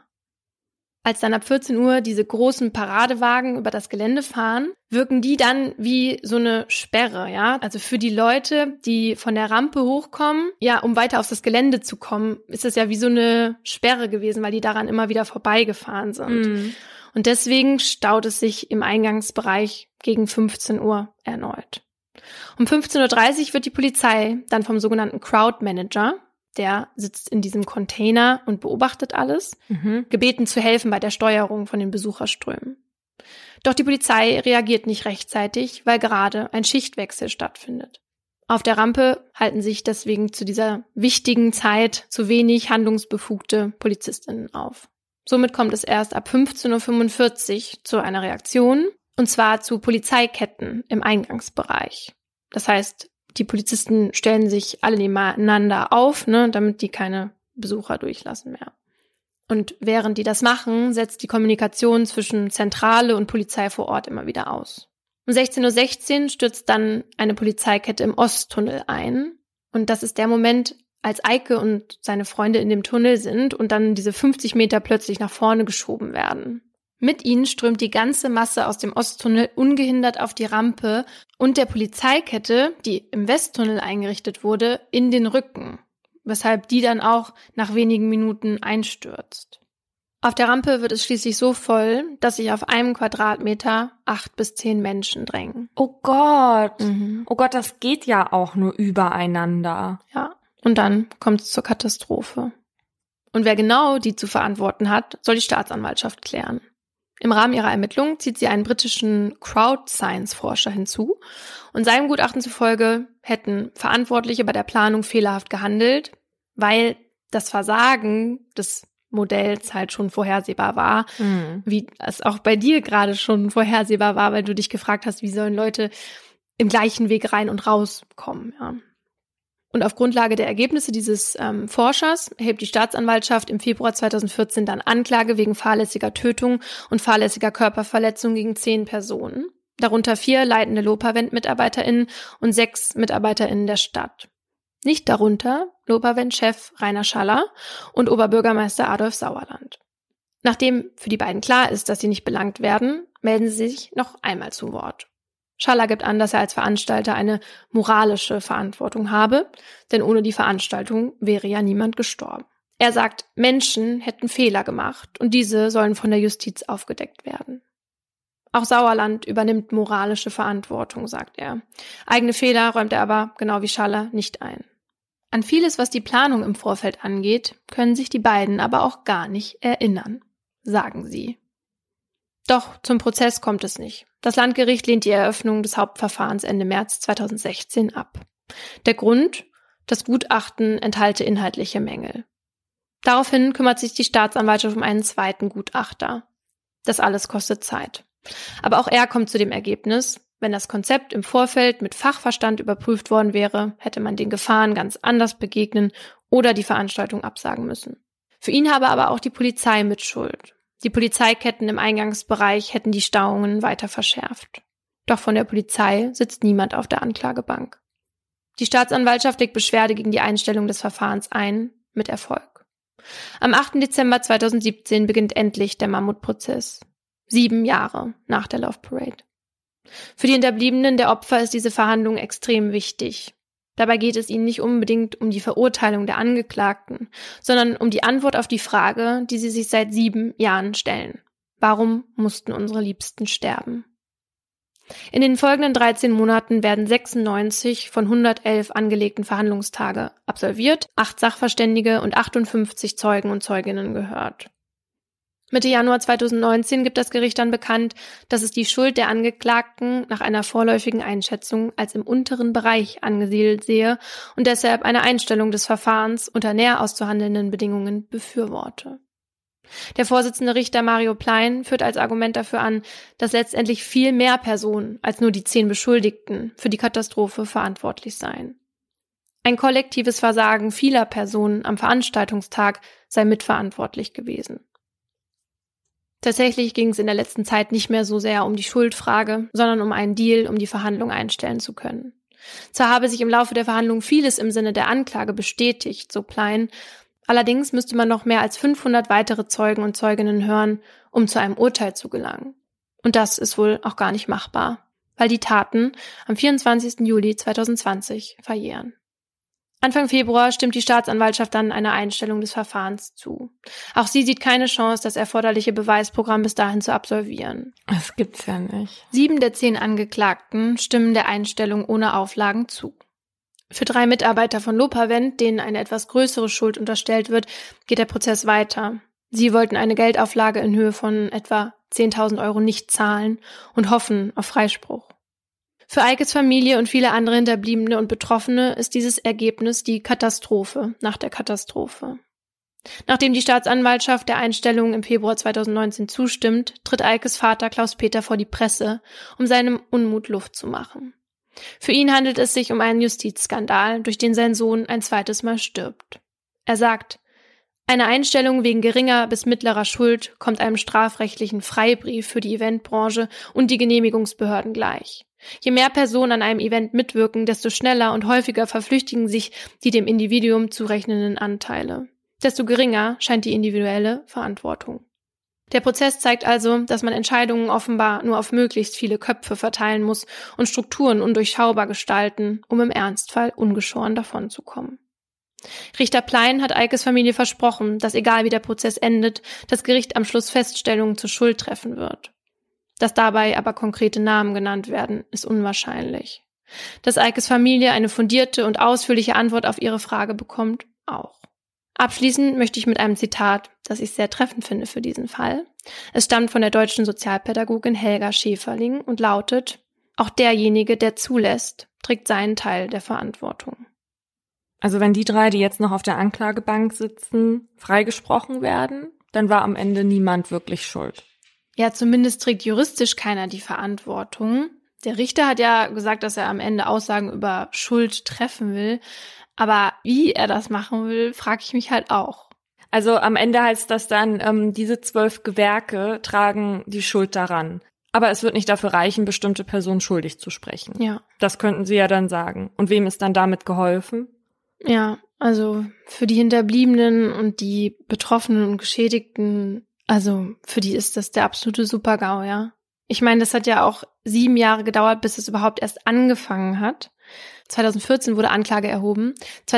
Als dann ab 14 Uhr diese großen Paradewagen über das Gelände fahren, wirken die dann wie so eine Sperre, ja? Also für die Leute, die von der Rampe hochkommen, ja, um weiter auf das Gelände zu kommen, ist es ja wie so eine Sperre gewesen, weil die daran immer wieder vorbeigefahren sind. Mhm. Und deswegen staut es sich im Eingangsbereich gegen 15 Uhr erneut. Um 15.30 Uhr wird die Polizei dann vom sogenannten Crowdmanager, der sitzt in diesem Container und beobachtet alles, gebeten zu helfen bei der Steuerung von den Besucherströmen. Doch die Polizei reagiert nicht rechtzeitig, weil gerade ein Schichtwechsel stattfindet. Auf der Rampe halten sich deswegen zu dieser wichtigen Zeit zu wenig handlungsbefugte PolizistInnen auf. Somit kommt es erst ab 15.45 Uhr zu einer Reaktion Und zwar zu Polizeiketten im Eingangsbereich. Das heißt, die Polizisten stellen sich alle nebeneinander auf, damit die keine Besucher durchlassen mehr. Und während die das machen, setzt die Kommunikation zwischen Zentrale und Polizei vor Ort immer wieder aus. Um 16:16 Uhr stürzt dann eine Polizeikette im Osttunnel ein. Und das ist der Moment, als Eike und seine Freunde in dem Tunnel sind und dann diese 50 Meter plötzlich nach vorne geschoben werden. Mit ihnen strömt die ganze Masse aus dem Osttunnel ungehindert auf die Rampe und der Polizeikette, die im Westtunnel eingerichtet wurde, in den Rücken, weshalb die dann auch nach wenigen Minuten einstürzt. Auf der Rampe wird es schließlich so voll, dass sich auf einem Quadratmeter 8 bis 10 Menschen drängen. Oh Gott. Oh Gott, das geht ja auch nur übereinander. Ja, und dann kommt es zur Katastrophe. Und wer genau die zu verantworten hat, soll die Staatsanwaltschaft klären. Im Rahmen ihrer Ermittlungen zieht sie einen britischen Crowd-Science-Forscher hinzu und seinem Gutachten zufolge hätten Verantwortliche bei der Planung fehlerhaft gehandelt, weil das Versagen des Modells halt schon vorhersehbar war, wie es auch bei dir gerade schon vorhersehbar war, weil du dich gefragt hast, wie sollen Leute im gleichen Weg rein und rauskommen, ja. Und auf Grundlage der Ergebnisse dieses Forschers erhebt die Staatsanwaltschaft im Februar 2014 dann Anklage wegen fahrlässiger Tötung und fahrlässiger Körperverletzung gegen 10 Personen, darunter 4 leitende Lopavent-MitarbeiterInnen und 6 MitarbeiterInnen der Stadt. Nicht darunter Lopavent-Chef Rainer Schaller und Oberbürgermeister Adolf Sauerland. Nachdem für die beiden klar ist, dass sie nicht belangt werden, melden sie sich noch einmal zu Wort. Schaller gibt an, dass er als Veranstalter eine moralische Verantwortung habe, denn ohne die Veranstaltung wäre ja niemand gestorben. Er sagt, Menschen hätten Fehler gemacht und diese sollen von der Justiz aufgedeckt werden. Auch Sauerland übernimmt moralische Verantwortung, sagt er. Eigene Fehler räumt er aber, genau wie Schaller, nicht ein. An vieles, was die Planung im Vorfeld angeht, können sich die beiden aber auch gar nicht erinnern, sagen sie. Doch zum Prozess kommt es nicht. Das Landgericht lehnt die Eröffnung des Hauptverfahrens Ende März 2016 ab. Der Grund? Das Gutachten enthalte inhaltliche Mängel. Daraufhin kümmert sich die Staatsanwaltschaft um einen zweiten Gutachter. Das alles kostet Zeit. Aber auch er kommt zu dem Ergebnis, wenn das Konzept im Vorfeld mit Fachverstand überprüft worden wäre, hätte man den Gefahren ganz anders begegnen oder die Veranstaltung absagen müssen. Für ihn habe aber auch die Polizei Mitschuld. Die Polizeiketten im Eingangsbereich hätten die Stauungen weiter verschärft. Doch von der Polizei sitzt niemand auf der Anklagebank. Die Staatsanwaltschaft legt Beschwerde gegen die Einstellung des Verfahrens ein, mit Erfolg. Am 8. Dezember 2017 beginnt endlich der Mammutprozess. 7 Jahre nach der Love Parade. Für die Hinterbliebenen der Opfer ist diese Verhandlung extrem wichtig. Dabei geht es ihnen nicht unbedingt um die Verurteilung der Angeklagten, sondern um die Antwort auf die Frage, die sie sich seit 7 Jahren stellen. Warum mussten unsere Liebsten sterben? In den folgenden 13 Monaten werden 96 von 111 angelegten Verhandlungstage absolviert, 8 Sachverständige und 58 Zeugen und Zeuginnen gehört. Mitte Januar 2019 gibt das Gericht dann bekannt, dass es die Schuld der Angeklagten nach einer vorläufigen Einschätzung als im unteren Bereich angesiedelt sehe und deshalb eine Einstellung des Verfahrens unter näher auszuhandelnden Bedingungen befürworte. Der Vorsitzende Richter Mario Plein führt als Argument dafür an, dass letztendlich viel mehr Personen als nur die 10 Beschuldigten für die Katastrophe verantwortlich seien. Ein kollektives Versagen vieler Personen am Veranstaltungstag sei mitverantwortlich gewesen. Tatsächlich ging es in der letzten Zeit nicht mehr so sehr um die Schuldfrage, sondern um einen Deal, um die Verhandlung einstellen zu können. Zwar habe sich im Laufe der Verhandlung vieles im Sinne der Anklage bestätigt, so Plein, allerdings müsste man noch mehr als 500 weitere Zeugen und Zeuginnen hören, um zu einem Urteil zu gelangen. Und das ist wohl auch gar nicht machbar, weil die Taten am 24. Juli 2020 verjähren. Anfang Februar stimmt die Staatsanwaltschaft dann einer Einstellung des Verfahrens zu. Auch sie sieht keine Chance, das erforderliche Beweisprogramm bis dahin zu absolvieren. Das gibt's ja nicht. 7 der 10 Angeklagten stimmen der Einstellung ohne Auflagen zu. Für 3 Mitarbeiter von Lopavent, denen eine etwas größere Schuld unterstellt wird, geht der Prozess weiter. Sie wollten eine Geldauflage in Höhe von etwa 10.000 € nicht zahlen und hoffen auf Freispruch. Für Eikes Familie und viele andere Hinterbliebene und Betroffene ist dieses Ergebnis die Katastrophe nach der Katastrophe. Nachdem die Staatsanwaltschaft der Einstellung im Februar 2019 zustimmt, tritt Eikes Vater Klaus-Peter vor die Presse, um seinem Unmut Luft zu machen. Für ihn handelt es sich um einen Justizskandal, durch den sein Sohn ein zweites Mal stirbt. Er sagt: Eine Einstellung wegen geringer bis mittlerer Schuld kommt einem strafrechtlichen Freibrief für die Eventbranche und die Genehmigungsbehörden gleich. Je mehr Personen an einem Event mitwirken, desto schneller und häufiger verflüchtigen sich die dem Individuum zurechnenden Anteile. Desto geringer scheint die individuelle Verantwortung. Der Prozess zeigt also, dass man Entscheidungen offenbar nur auf möglichst viele Köpfe verteilen muss und Strukturen undurchschaubar gestalten, um im Ernstfall ungeschoren davonzukommen. Richter Plein hat Eikes Familie versprochen, dass egal wie der Prozess endet, das Gericht am Schluss Feststellungen zur Schuld treffen wird. Dass dabei aber konkrete Namen genannt werden, ist unwahrscheinlich. Dass Eikes Familie eine fundierte und ausführliche Antwort auf ihre Frage bekommt, auch. Abschließen möchte ich mit einem Zitat, das ich sehr treffend finde für diesen Fall. Es stammt von der deutschen Sozialpädagogin Helga Schäferling und lautet: Auch derjenige, der zulässt, trägt seinen Teil der Verantwortung. Also wenn die 3, die jetzt noch auf der Anklagebank sitzen, freigesprochen werden, dann war am Ende niemand wirklich schuld. Ja, zumindest trägt juristisch keiner die Verantwortung. Der Richter hat ja gesagt, dass er am Ende Aussagen über Schuld treffen will. Aber wie er das machen will, frage ich mich halt auch. Also am Ende heißt das dann, diese 12 Gewerke tragen die Schuld daran. Aber es wird nicht dafür reichen, bestimmte Personen schuldig zu sprechen. Ja. Das könnten sie ja dann sagen. Und wem ist dann damit geholfen? Ja, also für die Hinterbliebenen und die Betroffenen und Geschädigten, also für die ist das der absolute Super-GAU, ja. Ich meine, das hat ja auch 7 Jahre gedauert, bis es überhaupt erst angefangen hat. 2014 wurde Anklage erhoben.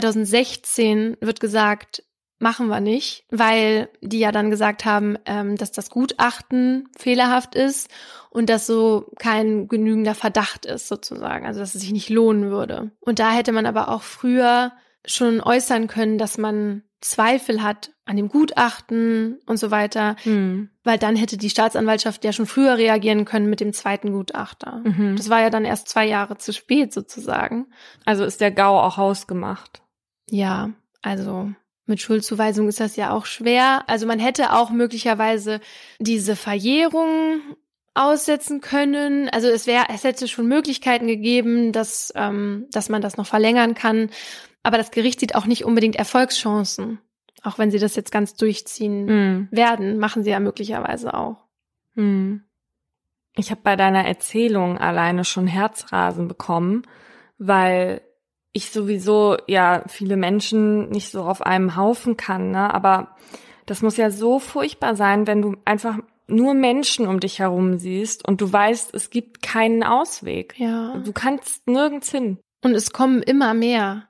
2016 wird gesagt, machen wir nicht, weil die ja dann gesagt haben, dass das Gutachten fehlerhaft ist und dass so kein genügender Verdacht ist sozusagen, also dass es sich nicht lohnen würde. Und da hätte man aber auch früher schon äußern können, dass man Zweifel hat an dem Gutachten und so weiter, weil dann hätte die Staatsanwaltschaft ja schon früher reagieren können mit dem zweiten Gutachter. Das war ja dann erst 2 Jahre zu spät sozusagen. Also ist der GAU auch hausgemacht? Ja, also mit Schuldzuweisung ist das ja auch schwer. Also man hätte auch möglicherweise diese Verjährung aussetzen können. Also es hätte schon Möglichkeiten gegeben, dass man das noch verlängern kann. Aber das Gericht sieht auch nicht unbedingt Erfolgschancen. Auch wenn sie das jetzt ganz durchziehen werden, machen sie ja möglicherweise auch. Ich habe bei deiner Erzählung alleine schon Herzrasen bekommen, weil ich sowieso ja viele Menschen nicht so auf einem Haufen kann, ne? Aber das muss ja so furchtbar sein, wenn du einfach nur Menschen um dich herum siehst und du weißt, es gibt keinen Ausweg. Ja. Du kannst nirgends hin. Und es kommen immer mehr.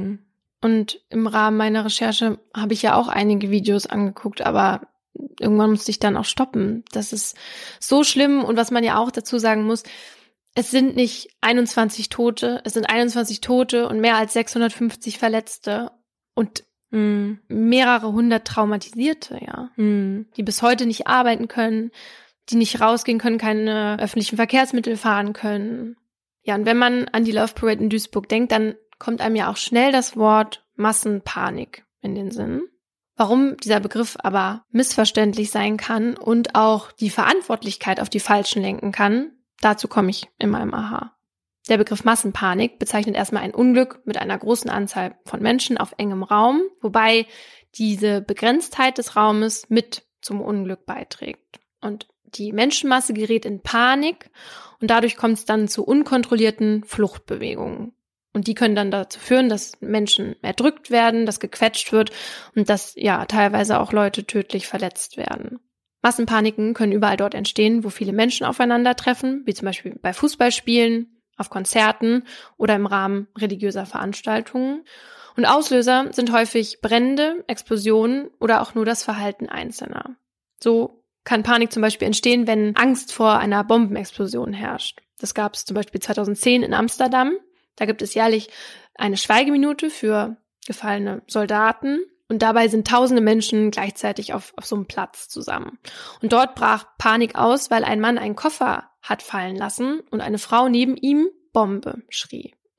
Und im Rahmen meiner Recherche habe ich ja auch einige Videos angeguckt, aber irgendwann musste ich dann auch stoppen. Das ist so schlimm. Und was man ja auch dazu sagen muss, es sind nicht 21 Tote, es sind 21 Tote und mehr als 650 Verletzte und mehrere hundert Traumatisierte, ja, die bis heute nicht arbeiten können, die nicht rausgehen können, keine öffentlichen Verkehrsmittel fahren können. Ja, und wenn man an die Love Parade in Duisburg denkt, dann kommt einem ja auch schnell das Wort Massenpanik in den Sinn. Warum dieser Begriff aber missverständlich sein kann und auch die Verantwortlichkeit auf die Falschen lenken kann, dazu komme ich in meinem Aha. Der Begriff Massenpanik bezeichnet erstmal ein Unglück mit einer großen Anzahl von Menschen auf engem Raum, wobei diese Begrenztheit des Raumes mit zum Unglück beiträgt. Und die Menschenmasse gerät in Panik und dadurch kommt es dann zu unkontrollierten Fluchtbewegungen. Und die können dann dazu führen, dass Menschen erdrückt werden, dass gequetscht wird und dass ja teilweise auch Leute tödlich verletzt werden. Massenpaniken können überall dort entstehen, wo viele Menschen aufeinandertreffen, wie zum Beispiel bei Fußballspielen, auf Konzerten oder im Rahmen religiöser Veranstaltungen. Und Auslöser sind häufig Brände, Explosionen oder auch nur das Verhalten Einzelner. So kann Panik zum Beispiel entstehen, wenn Angst vor einer Bombenexplosion herrscht. Das gab es zum Beispiel 2010 in Amsterdam. Da gibt es jährlich eine Schweigeminute für gefallene Soldaten und dabei sind tausende Menschen gleichzeitig auf so einem Platz zusammen. Und dort brach Panik aus, weil ein Mann einen Koffer hat fallen lassen und eine Frau neben ihm Bombe schrie.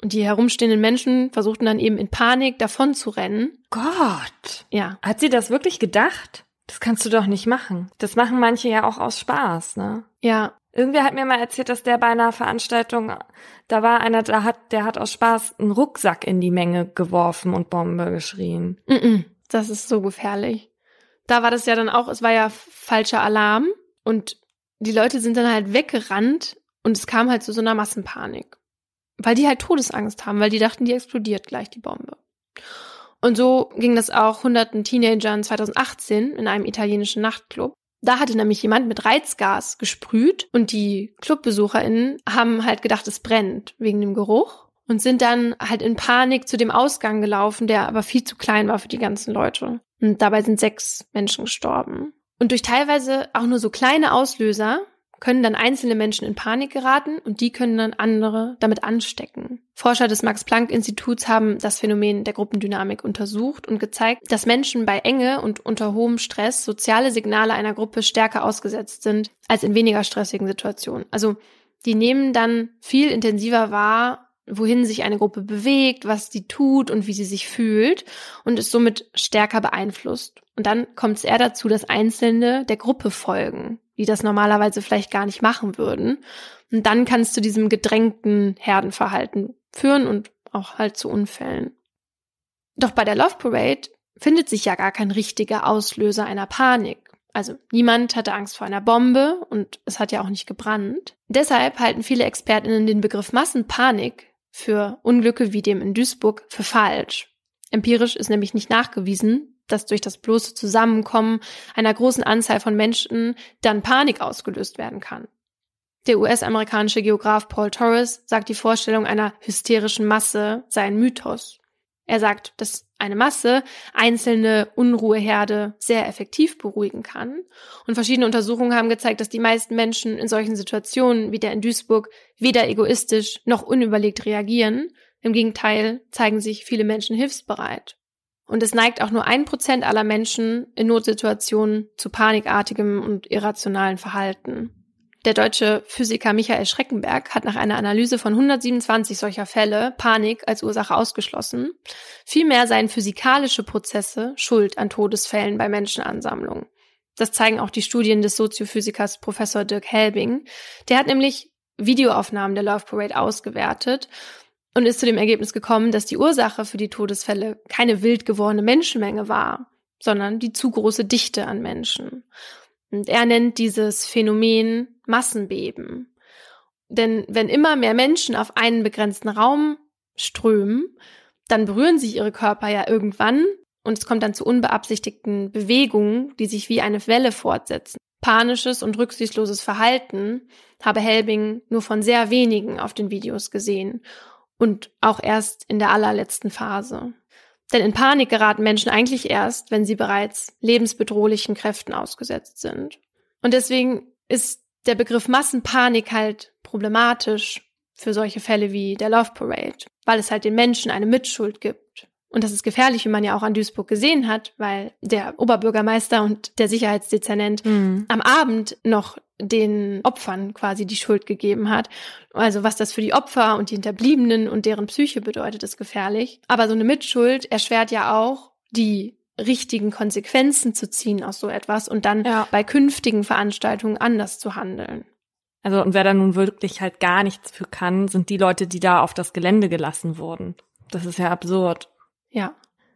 Und die herumstehenden Menschen versuchten dann eben in Panik davon zu rennen. Gott! Ja. Hat sie das wirklich gedacht? Das kannst du doch nicht machen. Das machen manche ja auch aus Spaß, ne? Ja. Irgendwer hat mir mal erzählt, dass der bei einer Veranstaltung, da war einer, der hat aus Spaß einen Rucksack in die Menge geworfen und Bombe geschrien. Das ist so gefährlich. Da war das ja dann auch, es war ja falscher Alarm und die Leute sind dann halt weggerannt und es kam halt zu so einer Massenpanik. Weil die halt Todesangst haben, weil die dachten, die explodiert gleich, die Bombe. Und so ging das auch hunderten Teenagern 2018 in einem italienischen Nachtclub. Da hatte nämlich jemand mit Reizgas gesprüht und die ClubbesucherInnen haben halt gedacht, es brennt wegen dem Geruch und sind dann halt in Panik zu dem Ausgang gelaufen, der aber viel zu klein war für die ganzen Leute. Und dabei sind 6 Menschen gestorben. Und durch teilweise auch nur so kleine Auslöser können dann einzelne Menschen in Panik geraten und die können dann andere damit anstecken. Forscher des Max-Planck-Instituts haben das Phänomen der Gruppendynamik untersucht und gezeigt, dass Menschen bei Enge und unter hohem Stress soziale Signale einer Gruppe stärker ausgesetzt sind als in weniger stressigen Situationen. Also die nehmen dann viel intensiver wahr, wohin sich eine Gruppe bewegt, was sie tut und wie sie sich fühlt und ist somit stärker beeinflusst. Und dann kommt es eher dazu, dass Einzelne der Gruppe folgen, die das normalerweise vielleicht gar nicht machen würden. Und dann kann es zu diesem gedrängten Herdenverhalten führen und auch halt zu Unfällen. Doch bei der Love Parade findet sich ja gar kein richtiger Auslöser einer Panik. Also niemand hatte Angst vor einer Bombe und es hat ja auch nicht gebrannt. Deshalb halten viele ExpertInnen den Begriff Massenpanik für Unglücke wie dem in Duisburg für falsch. Empirisch ist nämlich nicht nachgewiesen, dass durch das bloße Zusammenkommen einer großen Anzahl von Menschen dann Panik ausgelöst werden kann. Der US-amerikanische Geograf Paul Torres sagt, die Vorstellung einer hysterischen Masse sei ein Mythos. Er sagt, dass eine Masse einzelne Unruheherde sehr effektiv beruhigen kann. Und verschiedene Untersuchungen haben gezeigt, dass die meisten Menschen in solchen Situationen wie der in Duisburg weder egoistisch noch unüberlegt reagieren. Im Gegenteil zeigen sich viele Menschen hilfsbereit. Und es neigt auch nur 1% aller Menschen in Notsituationen zu panikartigem und irrationalen Verhalten. Der deutsche Physiker Michael Schreckenberg hat nach einer Analyse von 127 solcher Fälle Panik als Ursache ausgeschlossen. Vielmehr seien physikalische Prozesse schuld an Todesfällen bei Menschenansammlungen. Das zeigen auch die Studien des Soziophysikers Professor Dirk Helbing. Der hat nämlich Videoaufnahmen der Love Parade ausgewertet und ist zu dem Ergebnis gekommen, dass die Ursache für die Todesfälle keine wild gewordene Menschenmenge war, sondern die zu große Dichte an Menschen. Und er nennt dieses Phänomen Massenbeben. Denn wenn immer mehr Menschen auf einen begrenzten Raum strömen, dann berühren sich ihre Körper ja irgendwann und es kommt dann zu unbeabsichtigten Bewegungen, die sich wie eine Welle fortsetzen. Panisches und rücksichtsloses Verhalten habe Helbing nur von sehr wenigen auf den Videos gesehen und auch erst in der allerletzten Phase. Denn in Panik geraten Menschen eigentlich erst, wenn sie bereits lebensbedrohlichen Kräften ausgesetzt sind. Und deswegen ist der Begriff Massenpanik halt problematisch für solche Fälle wie der Love Parade, weil es halt den Menschen eine Mitschuld gibt. Und das ist gefährlich, wie man ja auch an Duisburg gesehen hat, weil der Oberbürgermeister und der Sicherheitsdezernent am Abend noch den Opfern quasi die Schuld gegeben hat. Also was das für die Opfer und die Hinterbliebenen und deren Psyche bedeutet, ist gefährlich. Aber so eine Mitschuld erschwert ja auch, die richtigen Konsequenzen zu ziehen aus so etwas und dann bei künftigen Veranstaltungen anders zu handeln. Also und wer da nun wirklich halt gar nichts für kann, sind die Leute, die da auf das Gelände gelassen wurden. Das ist ja absurd. Ja.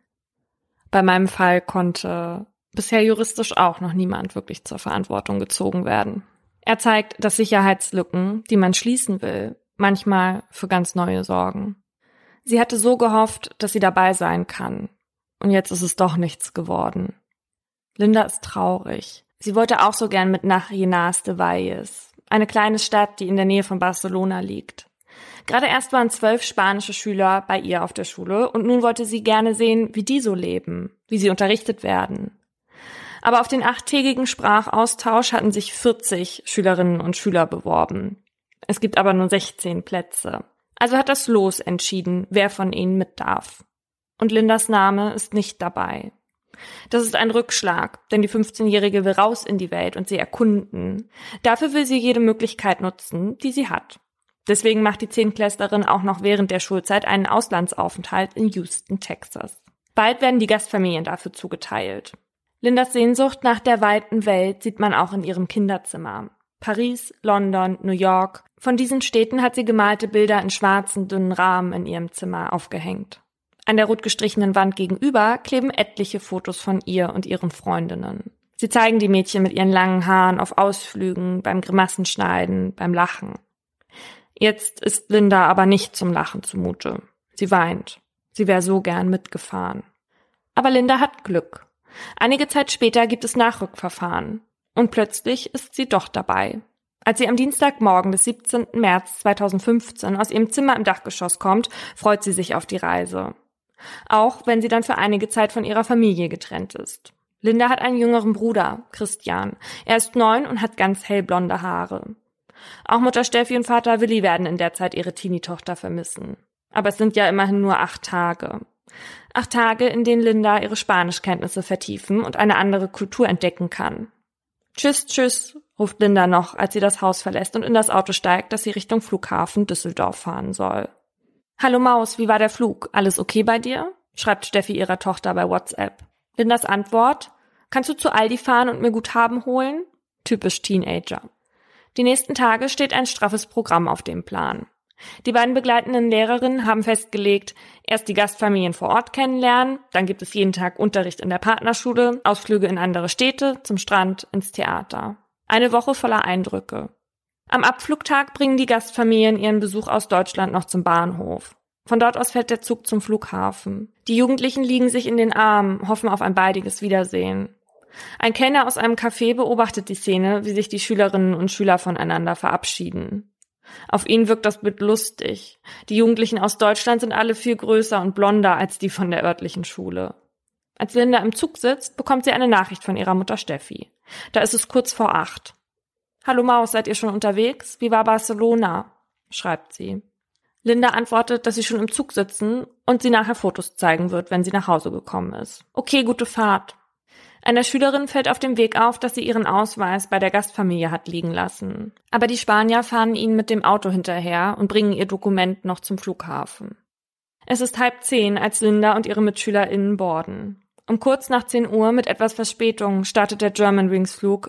Bei meinem Fall konnte bisher juristisch auch noch niemand wirklich zur Verantwortung gezogen werden. Er zeigt, dass Sicherheitslücken, die man schließen will, manchmal für ganz neue sorgen. Sie hatte so gehofft, dass sie dabei sein kann. Und jetzt ist es doch nichts geworden. Linda ist traurig. Sie wollte auch so gern mit nach Llinars de Valles, eine kleine Stadt, die in der Nähe von Barcelona liegt. Gerade erst waren 12 spanische Schüler bei ihr auf der Schule und nun wollte sie gerne sehen, wie die so leben, wie sie unterrichtet werden. Aber auf den 8-tägigen Sprachaustausch hatten sich 40 Schülerinnen und Schüler beworben. Es gibt aber nur 16 Plätze. Also hat das Los entschieden, wer von ihnen mit darf. Und Lindas Name ist nicht dabei. Das ist ein Rückschlag, denn die 15-Jährige will raus in die Welt und sie erkunden. Dafür will sie jede Möglichkeit nutzen, die sie hat. Deswegen macht die Zehntklässlerin auch noch während der Schulzeit einen Auslandsaufenthalt in Houston, Texas. Bald werden die Gastfamilien dafür zugeteilt. Lindas Sehnsucht nach der weiten Welt sieht man auch in ihrem Kinderzimmer. Paris, London, New York. Von diesen Städten hat sie gemalte Bilder in schwarzen, dünnen Rahmen in ihrem Zimmer aufgehängt. An der rot gestrichenen Wand gegenüber kleben etliche Fotos von ihr und ihren Freundinnen. Sie zeigen die Mädchen mit ihren langen Haaren auf Ausflügen, beim Grimassenschneiden, beim Lachen. Jetzt ist Linda aber nicht zum Lachen zumute. Sie weint. Sie wäre so gern mitgefahren. Aber Linda hat Glück. Einige Zeit später gibt es Nachrückverfahren. Und plötzlich ist sie doch dabei. Als sie am Dienstagmorgen des 17. März 2015 aus ihrem Zimmer im Dachgeschoss kommt, freut sie sich auf die Reise. Auch wenn sie dann für einige Zeit von ihrer Familie getrennt ist. Linda hat einen jüngeren Bruder, Christian. Er ist 9 und hat ganz hellblonde Haare. Auch Mutter Steffi und Vater Willi werden in der Zeit ihre Teenie-Tochter vermissen. Aber es sind ja immerhin nur 8 Tage. 8 Tage, in denen Linda ihre Spanischkenntnisse vertiefen und eine andere Kultur entdecken kann. Tschüss, tschüss, ruft Linda noch, als sie das Haus verlässt und in das Auto steigt, das sie Richtung Flughafen Düsseldorf fahren soll. Hallo Maus, wie war der Flug? Alles okay bei dir? Schreibt Steffi ihrer Tochter bei WhatsApp. Lindas Antwort: Kannst du zu Aldi fahren und mir Guthaben holen? Typisch Teenager. Die nächsten Tage steht ein straffes Programm auf dem Plan. Die beiden begleitenden Lehrerinnen haben festgelegt, erst die Gastfamilien vor Ort kennenlernen, dann gibt es jeden Tag Unterricht in der Partnerschule, Ausflüge in andere Städte, zum Strand, ins Theater. Eine Woche voller Eindrücke. Am Abflugtag bringen die Gastfamilien ihren Besuch aus Deutschland noch zum Bahnhof. Von dort aus fährt der Zug zum Flughafen. Die Jugendlichen liegen sich in den Armen, hoffen auf ein baldiges Wiedersehen. Ein Kellner aus einem Café beobachtet die Szene, wie sich die Schülerinnen und Schüler voneinander verabschieden. Auf ihn wirkt das Bild lustig. Die Jugendlichen aus Deutschland sind alle viel größer und blonder als die von der örtlichen Schule. Als Linda im Zug sitzt, bekommt sie eine Nachricht von ihrer Mutter Steffi. Da ist es kurz vor 8. Hallo Maus, seid ihr schon unterwegs? Wie war Barcelona? Schreibt sie. Linda antwortet, dass sie schon im Zug sitzen und sie nachher Fotos zeigen wird, wenn sie nach Hause gekommen ist. Okay, gute Fahrt. Einer Schülerin fällt auf dem Weg auf, dass sie ihren Ausweis bei der Gastfamilie hat liegen lassen. Aber die Spanier fahren ihnen mit dem Auto hinterher und bringen ihr Dokument noch zum Flughafen. Es ist 9:30, als Linda und ihre MitschülerInnen boarden. Um kurz nach 10 Uhr mit etwas Verspätung startet der Germanwings-Flug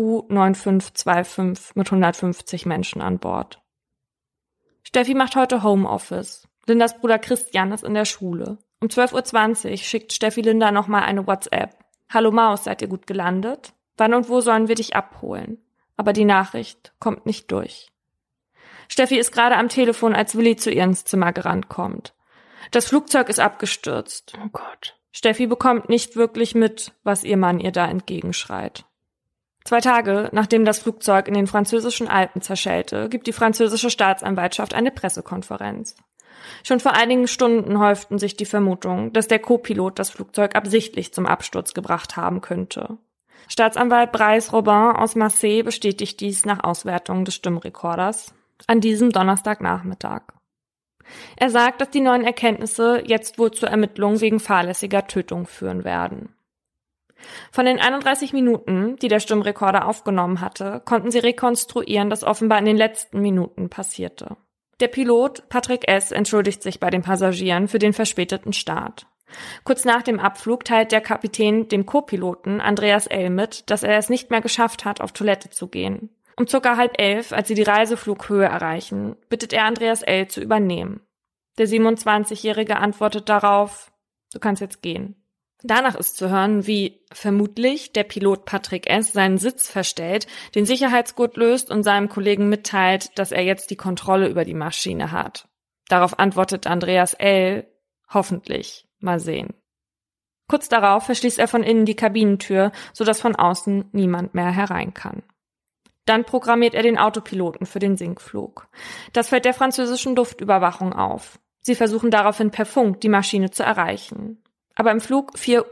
4U9525 mit 150 Menschen an Bord. Steffi macht heute Homeoffice. Lindas Bruder Christian ist in der Schule. Um 12:20 Uhr schickt Steffi Linda nochmal eine WhatsApp. Hallo Maus, seid ihr gut gelandet? Wann und wo sollen wir dich abholen? Aber die Nachricht kommt nicht durch. Steffi ist gerade am Telefon, als Willi zu ihr ins Zimmer gerannt kommt. Das Flugzeug ist abgestürzt. Oh Gott. Steffi bekommt nicht wirklich mit, was ihr Mann ihr da entgegenschreit. 2 Tage, nachdem das Flugzeug in den französischen Alpen zerschellte, gibt die französische Staatsanwaltschaft eine Pressekonferenz. Schon vor einigen Stunden häuften sich die Vermutungen, dass der Co-Pilot das Flugzeug absichtlich zum Absturz gebracht haben könnte. Staatsanwalt Bryce Robin aus Marseille bestätigt dies nach Auswertung des Stimmrekorders an diesem Donnerstagnachmittag. Er sagt, dass die neuen Erkenntnisse jetzt wohl zur Ermittlung wegen fahrlässiger Tötung führen werden. Von den 31 Minuten, die der Stimmrekorder aufgenommen hatte, konnten sie rekonstruieren, dass offenbar in den letzten Minuten passierte. Der Pilot, Patrick S., entschuldigt sich bei den Passagieren für den verspäteten Start. Kurz nach dem Abflug teilt der Kapitän dem Co-Piloten Andreas L. mit, dass er es nicht mehr geschafft hat, auf Toilette zu gehen. Um ca. 10:30, als sie die Reiseflughöhe erreichen, bittet er Andreas L. zu übernehmen. Der 27-Jährige antwortet darauf: Du kannst jetzt gehen. Danach ist zu hören, wie vermutlich der Pilot Patrick S. seinen Sitz verstellt, den Sicherheitsgurt löst und seinem Kollegen mitteilt, dass er jetzt die Kontrolle über die Maschine hat. Darauf antwortet Andreas L. Hoffentlich. Mal sehen. Kurz darauf verschließt er von innen die Kabinentür, sodass von außen niemand mehr herein kann. Dann programmiert er den Autopiloten für den Sinkflug. Das fällt der französischen Luftüberwachung auf. Sie versuchen daraufhin per Funk die Maschine zu erreichen. Aber im Flug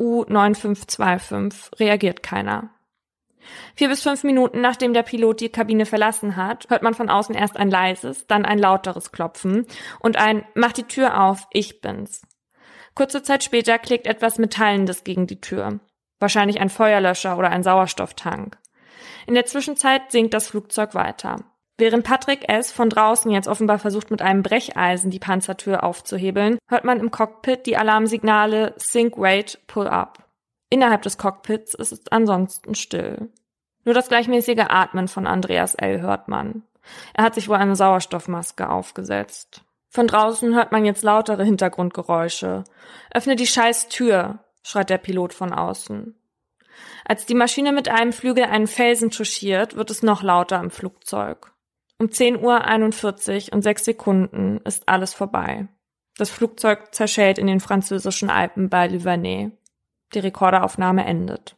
4U9525 reagiert keiner. 4 bis 5 Minuten nachdem der Pilot die Kabine verlassen hat, hört man von außen erst ein leises, dann ein lauteres Klopfen und ein „Mach die Tür auf, ich bin's". Kurze Zeit später klickt etwas Metallendes gegen die Tür. Wahrscheinlich ein Feuerlöscher oder ein Sauerstofftank. In der Zwischenzeit sinkt das Flugzeug weiter. Während Patrick S. von draußen jetzt offenbar versucht, mit einem Brecheisen die Panzertür aufzuhebeln, hört man im Cockpit die Alarmsignale Sink, Wait, Pull Up. Innerhalb des Cockpits ist es ansonsten still. Nur das gleichmäßige Atmen von Andreas L. hört man. Er hat sich wohl eine Sauerstoffmaske aufgesetzt. Von draußen hört man jetzt lautere Hintergrundgeräusche. »Öffne die scheiß Tür«, schreit der Pilot von außen. Als die Maschine mit einem Flügel einen Felsen touchiert, wird es noch lauter im Flugzeug. Um 10:41 Uhr und 6 Sekunden ist alles vorbei. Das Flugzeug zerschellt in den französischen Alpen bei Livernet. Die Rekorderaufnahme endet.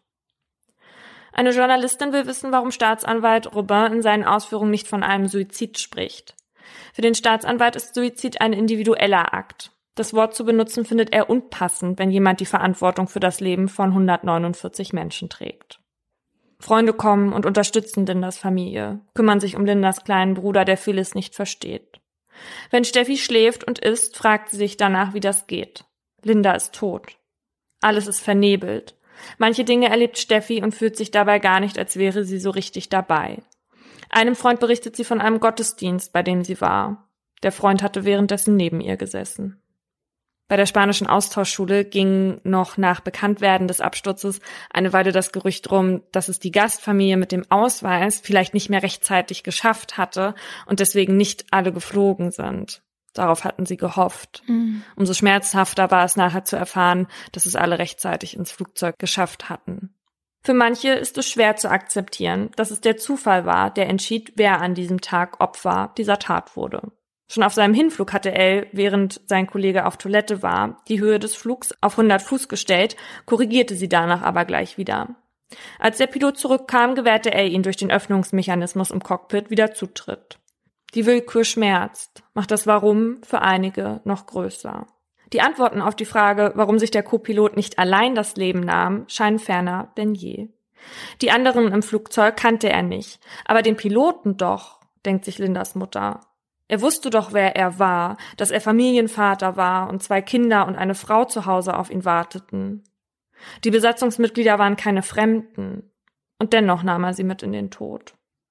Eine Journalistin will wissen, warum Staatsanwalt Robin in seinen Ausführungen nicht von einem Suizid spricht. Für den Staatsanwalt ist Suizid ein individueller Akt. Das Wort zu benutzen findet er unpassend, wenn jemand die Verantwortung für das Leben von 149 Menschen trägt. Freunde kommen und unterstützen Lindas Familie, kümmern sich um Lindas kleinen Bruder, der vieles nicht versteht. Wenn Steffi schläft und isst, fragt sie sich danach, wie das geht. Linda ist tot. Alles ist vernebelt. Manche Dinge erlebt Steffi und fühlt sich dabei gar nicht, als wäre sie so richtig dabei. Einem Freund berichtet sie von einem Gottesdienst, bei dem sie war. Der Freund hatte währenddessen neben ihr gesessen. Bei der spanischen Austauschschule ging noch nach Bekanntwerden des Absturzes eine Weile das Gerücht rum, dass es die Gastfamilie mit dem Ausweis vielleicht nicht mehr rechtzeitig geschafft hatte und deswegen nicht alle geflogen sind. Darauf hatten sie gehofft. Umso schmerzhafter war es nachher zu erfahren, dass es alle rechtzeitig ins Flugzeug geschafft hatten. Für manche ist es schwer zu akzeptieren, dass es der Zufall war, der entschied, wer an diesem Tag Opfer dieser Tat wurde. Schon auf seinem Hinflug hatte Elle, während sein Kollege auf Toilette war, die Höhe des Flugs auf 100 Fuß gestellt, korrigierte sie danach aber gleich wieder. Als der Pilot zurückkam, gewährte Elle ihn durch den Öffnungsmechanismus im Cockpit wieder Zutritt. Die Willkür schmerzt, macht das Warum für einige noch größer. Die Antworten auf die Frage, warum sich der Co-Pilot nicht allein das Leben nahm, scheinen ferner denn je. Die anderen im Flugzeug kannte er nicht, aber den Piloten doch, denkt sich Lindas Mutter. Er wusste doch, wer er war, dass er Familienvater war und 2 Kinder und eine Frau zu Hause auf ihn warteten. Die Besatzungsmitglieder waren keine Fremden. Und dennoch nahm er sie mit in den Tod.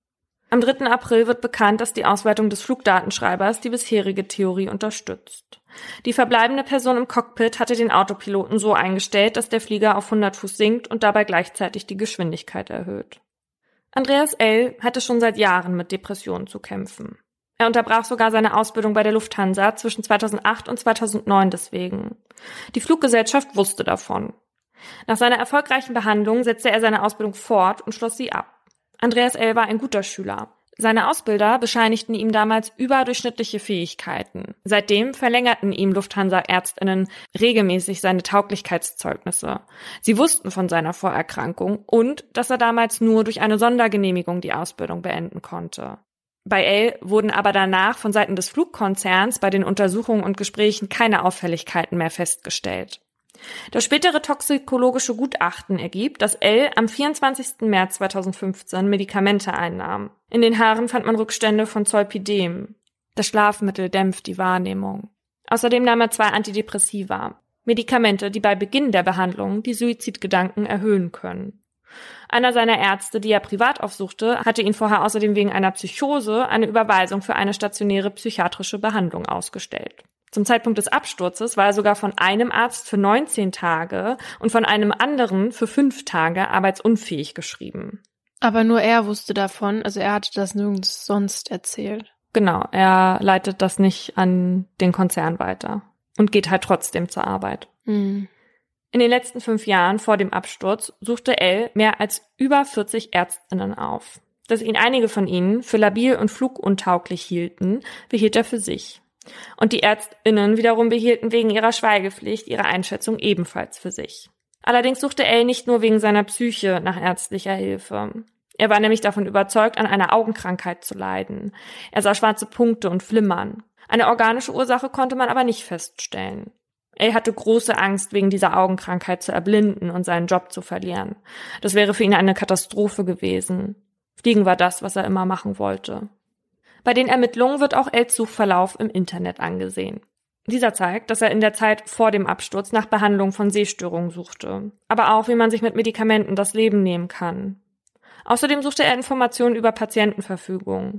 Am 3. April wird bekannt, dass die Auswertung des Flugdatenschreibers die bisherige Theorie unterstützt. Die verbleibende Person im Cockpit hatte den Autopiloten so eingestellt, dass der Flieger auf 100 Fuß sinkt und dabei gleichzeitig die Geschwindigkeit erhöht. Andreas L. hatte schon seit Jahren mit Depressionen zu kämpfen. Er unterbrach sogar seine Ausbildung bei der Lufthansa zwischen 2008 und 2009 deswegen. Die Fluggesellschaft wusste davon. Nach seiner erfolgreichen Behandlung setzte er seine Ausbildung fort und schloss sie ab. Andreas L. war ein guter Schüler. Seine Ausbilder bescheinigten ihm damals überdurchschnittliche Fähigkeiten. Seitdem verlängerten ihm Lufthansa-ÄrztInnen regelmäßig seine Tauglichkeitszeugnisse. Sie wussten von seiner Vorerkrankung und dass er damals nur durch eine Sondergenehmigung die Ausbildung beenden konnte. Bei Elle wurden aber danach von Seiten des Flugkonzerns bei den Untersuchungen und Gesprächen keine Auffälligkeiten mehr festgestellt. Das spätere toxikologische Gutachten ergibt, dass Elle am 24. März 2015 Medikamente einnahm. In den Haaren fand man Rückstände von Zolpidem. Das Schlafmittel dämpft die Wahrnehmung. Außerdem nahm er 2 Antidepressiva, Medikamente, die bei Beginn der Behandlung die Suizidgedanken erhöhen können. Einer seiner Ärzte, die er privat aufsuchte, hatte ihn vorher außerdem wegen einer Psychose eine Überweisung für eine stationäre psychiatrische Behandlung ausgestellt. Zum Zeitpunkt des Absturzes war er sogar von einem Arzt für 19 Tage und von einem anderen für 5 Tage arbeitsunfähig geschrieben. Aber nur er wusste davon, also er hatte das nirgends sonst erzählt. Genau, er leitet das nicht an den Konzern weiter und geht halt trotzdem zur Arbeit. Mhm. In den letzten 5 Jahren vor dem Absturz suchte Elle mehr als über 40 ÄrztInnen auf. Dass ihn einige von ihnen für labil und fluguntauglich hielten, behielt er für sich. Und die ÄrztInnen wiederum behielten wegen ihrer Schweigepflicht ihre Einschätzung ebenfalls für sich. Allerdings suchte Elle nicht nur wegen seiner Psyche nach ärztlicher Hilfe. Er war nämlich davon überzeugt, an einer Augenkrankheit zu leiden. Er sah schwarze Punkte und Flimmern. Eine organische Ursache konnte man aber nicht feststellen. Elle hatte große Angst, wegen dieser Augenkrankheit zu erblinden und seinen Job zu verlieren. Das wäre für ihn eine Katastrophe gewesen. Fliegen war das, was er immer machen wollte. Bei den Ermittlungen wird auch Ells Suchverlauf im Internet angesehen. Dieser zeigt, dass er in der Zeit vor dem Absturz nach Behandlung von Sehstörungen suchte, aber auch, wie man sich mit Medikamenten das Leben nehmen kann. Außerdem suchte er Informationen über Patientenverfügung.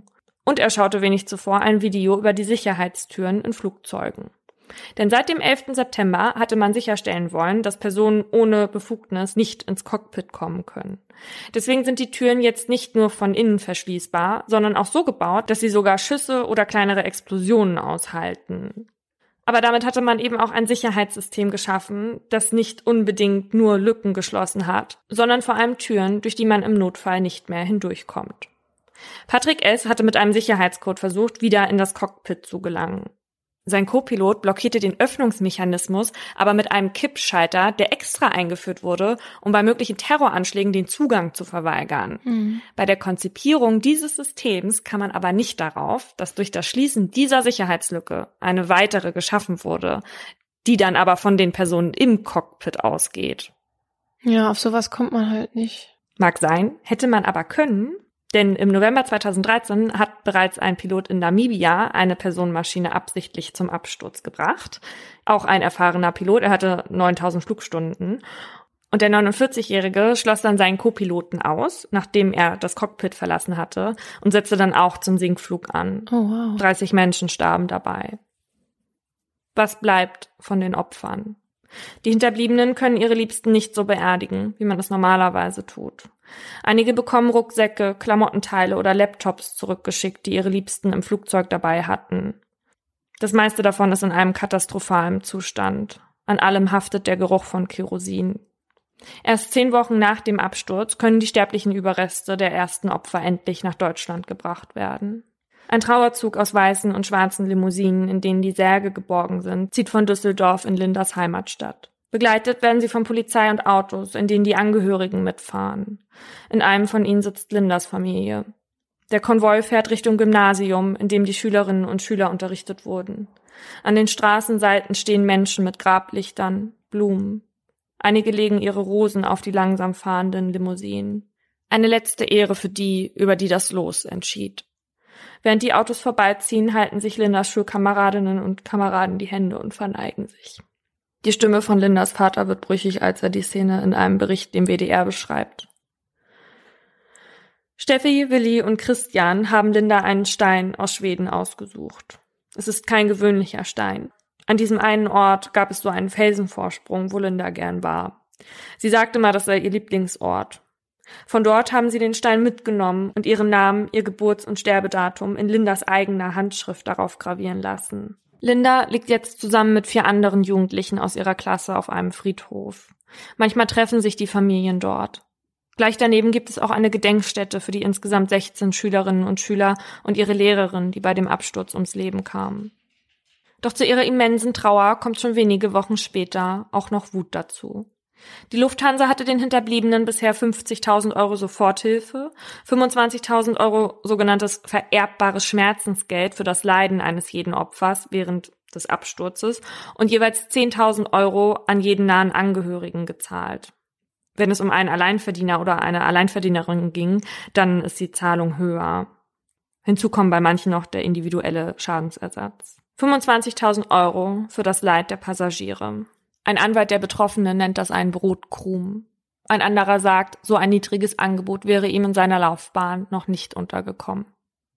Und er schaute wenig zuvor ein Video über die Sicherheitstüren in Flugzeugen. Denn seit dem 11. September hatte man sicherstellen wollen, dass Personen ohne Befugnis nicht ins Cockpit kommen können. Deswegen sind die Türen jetzt nicht nur von innen verschließbar, sondern auch so gebaut, dass sie sogar Schüsse oder kleinere Explosionen aushalten. Aber damit hatte man eben auch ein Sicherheitssystem geschaffen, das nicht unbedingt nur Lücken geschlossen hat, sondern vor allem Türen, durch die man im Notfall nicht mehr hindurchkommt. Patrick S. hatte mit einem Sicherheitscode versucht, wieder in das Cockpit zu gelangen. Sein Co-Pilot blockierte den Öffnungsmechanismus aber mit einem Kippschalter, der extra eingeführt wurde, um bei möglichen Terroranschlägen den Zugang zu verweigern. Bei der Konzipierung dieses Systems kam man aber nicht darauf, dass durch das Schließen dieser Sicherheitslücke eine weitere geschaffen wurde, die dann aber von den Personen im Cockpit ausgeht. Ja, auf sowas kommt man halt nicht. Mag sein, hätte man aber können. Denn im November 2013 hat bereits ein Pilot in Namibia eine Personenmaschine absichtlich zum Absturz gebracht. Auch ein erfahrener Pilot, er hatte 9000 Flugstunden. Und der 49-Jährige schloss dann seinen Co-Piloten aus, nachdem er das Cockpit verlassen hatte, und setzte dann auch zum Sinkflug an. Oh, wow. 30 Menschen starben dabei. Was bleibt von den Opfern? Die Hinterbliebenen können ihre Liebsten nicht so beerdigen, wie man es normalerweise tut. Einige bekommen Rucksäcke, Klamottenteile oder Laptops zurückgeschickt, die ihre Liebsten im Flugzeug dabei hatten. Das meiste davon ist in einem katastrophalen Zustand. An allem haftet der Geruch von Kerosin. Erst 10 Wochen nach dem Absturz können die sterblichen Überreste der ersten Opfer endlich nach Deutschland gebracht werden. Ein Trauerzug aus weißen und schwarzen Limousinen, in denen die Särge geborgen sind, zieht von Düsseldorf in Lindas Heimatstadt. Begleitet werden sie von Polizei und Autos, in denen die Angehörigen mitfahren. In einem von ihnen sitzt Lindas Familie. Der Konvoi fährt Richtung Gymnasium, in dem die Schülerinnen und Schüler unterrichtet wurden. An den Straßenseiten stehen Menschen mit Grablichtern, Blumen. Einige legen ihre Rosen auf die langsam fahrenden Limousinen. Eine letzte Ehre für die, über die das Los entschied. Während die Autos vorbeiziehen, halten sich Lindas Schulkameradinnen und Kameraden die Hände und verneigen sich. Die Stimme von Lindas Vater wird brüchig, als er die Szene in einem Bericht dem WDR beschreibt. Steffi, Willi und Christian haben Linda einen Stein aus Schweden ausgesucht. Es ist kein gewöhnlicher Stein. An diesem einen Ort gab es so einen Felsenvorsprung, wo Linda gern war. Sie sagte mal, das sei ihr Lieblingsort. Von dort haben sie den Stein mitgenommen und ihren Namen, ihr Geburts- und Sterbedatum in Lindas eigener Handschrift darauf gravieren lassen. Linda liegt jetzt zusammen mit 4 anderen Jugendlichen aus ihrer Klasse auf einem Friedhof. Manchmal treffen sich die Familien dort. Gleich daneben gibt es auch eine Gedenkstätte für die insgesamt 16 Schülerinnen und Schüler und ihre Lehrerin, die bei dem Absturz ums Leben kamen. Doch zu ihrer immensen Trauer kommt schon wenige Wochen später auch noch Wut dazu. Die Lufthansa hatte den Hinterbliebenen bisher 50.000 Euro Soforthilfe, 25.000 Euro sogenanntes vererbbares Schmerzensgeld für das Leiden eines jeden Opfers während des Absturzes und jeweils 10.000 Euro an jeden nahen Angehörigen gezahlt. Wenn es um einen Alleinverdiener oder eine Alleinverdienerin ging, dann ist die Zahlung höher. Hinzu kommt bei manchen noch der individuelle Schadensersatz. 25.000 Euro für das Leid der Passagiere. Ein Anwalt der Betroffenen nennt das einen Brotkrumen. Ein anderer sagt, so ein niedriges Angebot wäre ihm in seiner Laufbahn noch nicht untergekommen.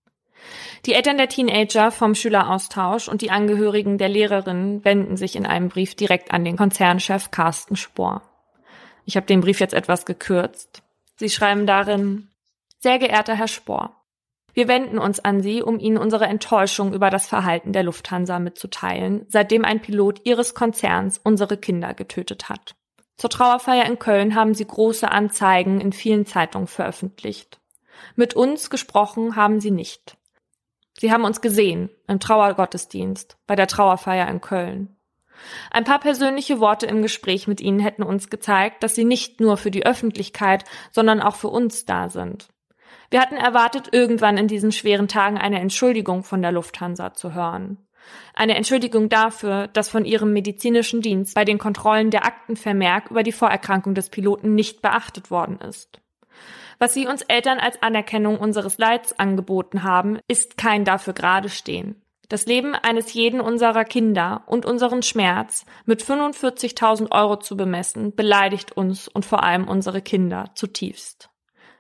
Die Eltern der Teenager vom Schüleraustausch und die Angehörigen der Lehrerinnen wenden sich in einem Brief direkt an den Konzernchef Carsten Spohr. Ich habe den Brief jetzt etwas gekürzt. Sie schreiben darin: Sehr geehrter Herr Spohr, wir wenden uns an Sie, um Ihnen unsere Enttäuschung über das Verhalten der Lufthansa mitzuteilen, seitdem ein Pilot Ihres Konzerns unsere Kinder getötet hat. Zur Trauerfeier in Köln haben Sie große Anzeigen in vielen Zeitungen veröffentlicht. Mit uns gesprochen haben Sie nicht. Sie haben uns gesehen im Trauergottesdienst bei der Trauerfeier in Köln. Ein paar persönliche Worte im Gespräch mit Ihnen hätten uns gezeigt, dass Sie nicht nur für die Öffentlichkeit, sondern auch für uns da sind. Wir hatten erwartet, irgendwann in diesen schweren Tagen eine Entschuldigung von der Lufthansa zu hören. Eine Entschuldigung dafür, dass von ihrem medizinischen Dienst bei den Kontrollen der Aktenvermerk über die Vorerkrankung des Piloten nicht beachtet worden ist. Was Sie uns Eltern als Anerkennung unseres Leids angeboten haben, ist kein dafür Geradestehen. Das Leben eines jeden unserer Kinder und unseren Schmerz mit 45.000 Euro zu bemessen, beleidigt uns und vor allem unsere Kinder zutiefst.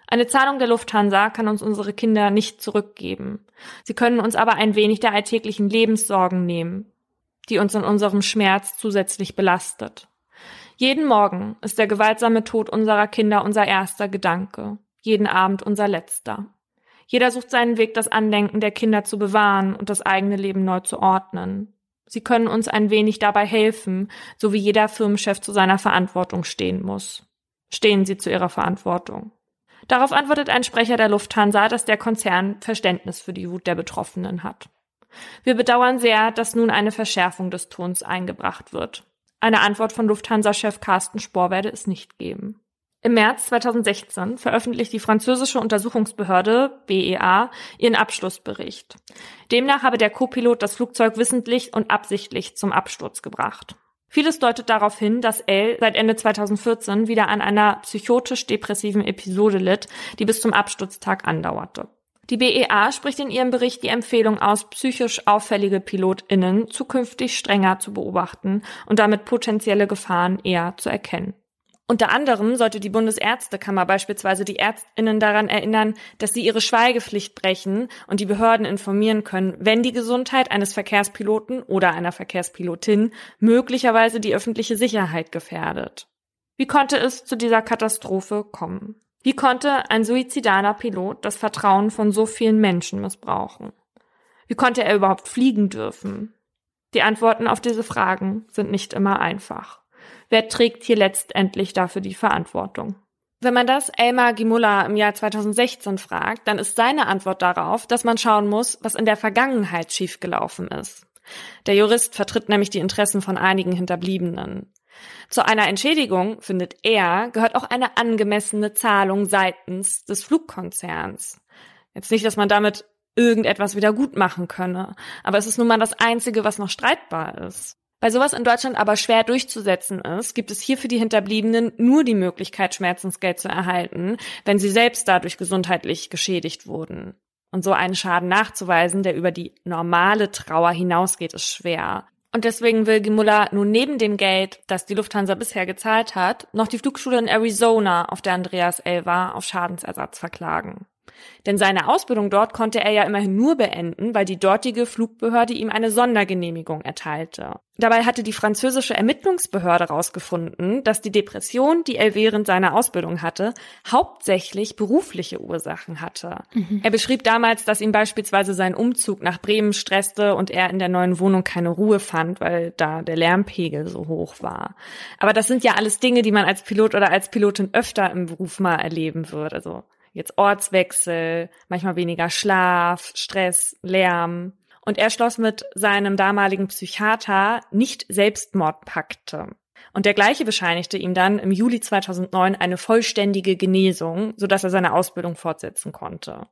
Eine Zahlung der Lufthansa kann uns unsere Kinder nicht zurückgeben. Sie können uns aber ein wenig der alltäglichen Lebenssorgen nehmen, die uns in unserem Schmerz zusätzlich belastet. Jeden Morgen ist der gewaltsame Tod unserer Kinder unser erster Gedanke, jeden Abend unser letzter. Jeder sucht seinen Weg, das Andenken der Kinder zu bewahren und das eigene Leben neu zu ordnen. Sie können uns ein wenig dabei helfen, so wie jeder Firmenchef zu seiner Verantwortung stehen muss. Stehen Sie zu Ihrer Verantwortung. Darauf antwortet ein Sprecher der Lufthansa, dass der Konzern Verständnis für die Wut der Betroffenen hat. Wir bedauern sehr, dass nun eine Verschärfung des Tons eingebracht wird. Eine Antwort von Lufthansa-Chef Carsten Spohr werde es nicht geben. Im März 2016 veröffentlicht die französische Untersuchungsbehörde BEA ihren Abschlussbericht. Demnach habe der Co-Pilot das Flugzeug wissentlich und absichtlich zum Absturz gebracht. Vieles deutet darauf hin, dass L seit Ende 2014 wieder an einer psychotisch-depressiven Episode litt, die bis zum Absturztag andauerte. Die BEA spricht in ihrem Bericht die Empfehlung aus, psychisch auffällige PilotInnen zukünftig strenger zu beobachten und damit potenzielle Gefahren eher zu erkennen. Unter anderem sollte die Bundesärztekammer beispielsweise die ÄrztInnen daran erinnern, dass sie ihre Schweigepflicht brechen und die Behörden informieren können, wenn die Gesundheit eines Verkehrspiloten oder einer Verkehrspilotin möglicherweise die öffentliche Sicherheit gefährdet. Wie konnte es zu dieser Katastrophe kommen? Wie konnte ein suizidaler Pilot das Vertrauen von so vielen Menschen missbrauchen? Wie konnte er überhaupt fliegen dürfen? Die Antworten auf diese Fragen sind nicht immer einfach. Wer trägt hier letztendlich dafür die Verantwortung? Wenn man das Elmar Gimula im Jahr 2016 fragt, dann ist seine Antwort darauf, dass man schauen muss, was in der Vergangenheit schiefgelaufen ist. Der Jurist vertritt nämlich die Interessen von einigen Hinterbliebenen. Zu einer Entschädigung, findet er, gehört auch eine angemessene Zahlung seitens des Flugkonzerns. Jetzt nicht, dass man damit irgendetwas wieder gut machen könne, aber es ist nun mal das Einzige, was noch streitbar ist. Weil sowas in Deutschland aber schwer durchzusetzen ist, gibt es hier für die Hinterbliebenen nur die Möglichkeit, Schmerzensgeld zu erhalten, wenn sie selbst dadurch gesundheitlich geschädigt wurden. Und so einen Schaden nachzuweisen, der über die normale Trauer hinausgeht, ist schwer. Und deswegen will Gimula nun neben dem Geld, das die Lufthansa bisher gezahlt hat, noch die Flugschule in Arizona, auf der Andreas L. war, auf Schadensersatz verklagen. Denn seine Ausbildung dort konnte er ja immerhin nur beenden, weil die dortige Flugbehörde ihm eine Sondergenehmigung erteilte. Dabei hatte die französische Ermittlungsbehörde herausgefunden, dass die Depression, die er während seiner Ausbildung hatte, hauptsächlich berufliche Ursachen hatte. Er beschrieb damals, dass ihm beispielsweise sein Umzug nach Bremen stresste und er in der neuen Wohnung keine Ruhe fand, weil da der Lärmpegel so hoch war. Aber das sind ja alles Dinge, die man als Pilot oder als Pilotin öfter im Beruf mal erleben wird. Also jetzt Ortswechsel, manchmal weniger Schlaf, Stress, Lärm. Und er schloss mit seinem damaligen Psychiater nicht Selbstmordpakte. Und der gleiche bescheinigte ihm dann im Juli 2009 eine vollständige Genesung, sodass er seine Ausbildung fortsetzen konnte.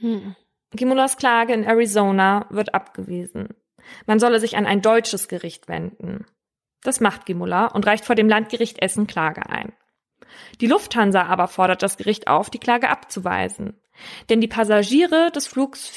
Gimulas Klage in Arizona wird abgewiesen. Man solle sich an ein deutsches Gericht wenden. Das macht Gimula und reicht vor dem Landgericht Essen Klage ein. Die Lufthansa aber fordert das Gericht auf, die Klage abzuweisen. Denn die Passagiere des Flugs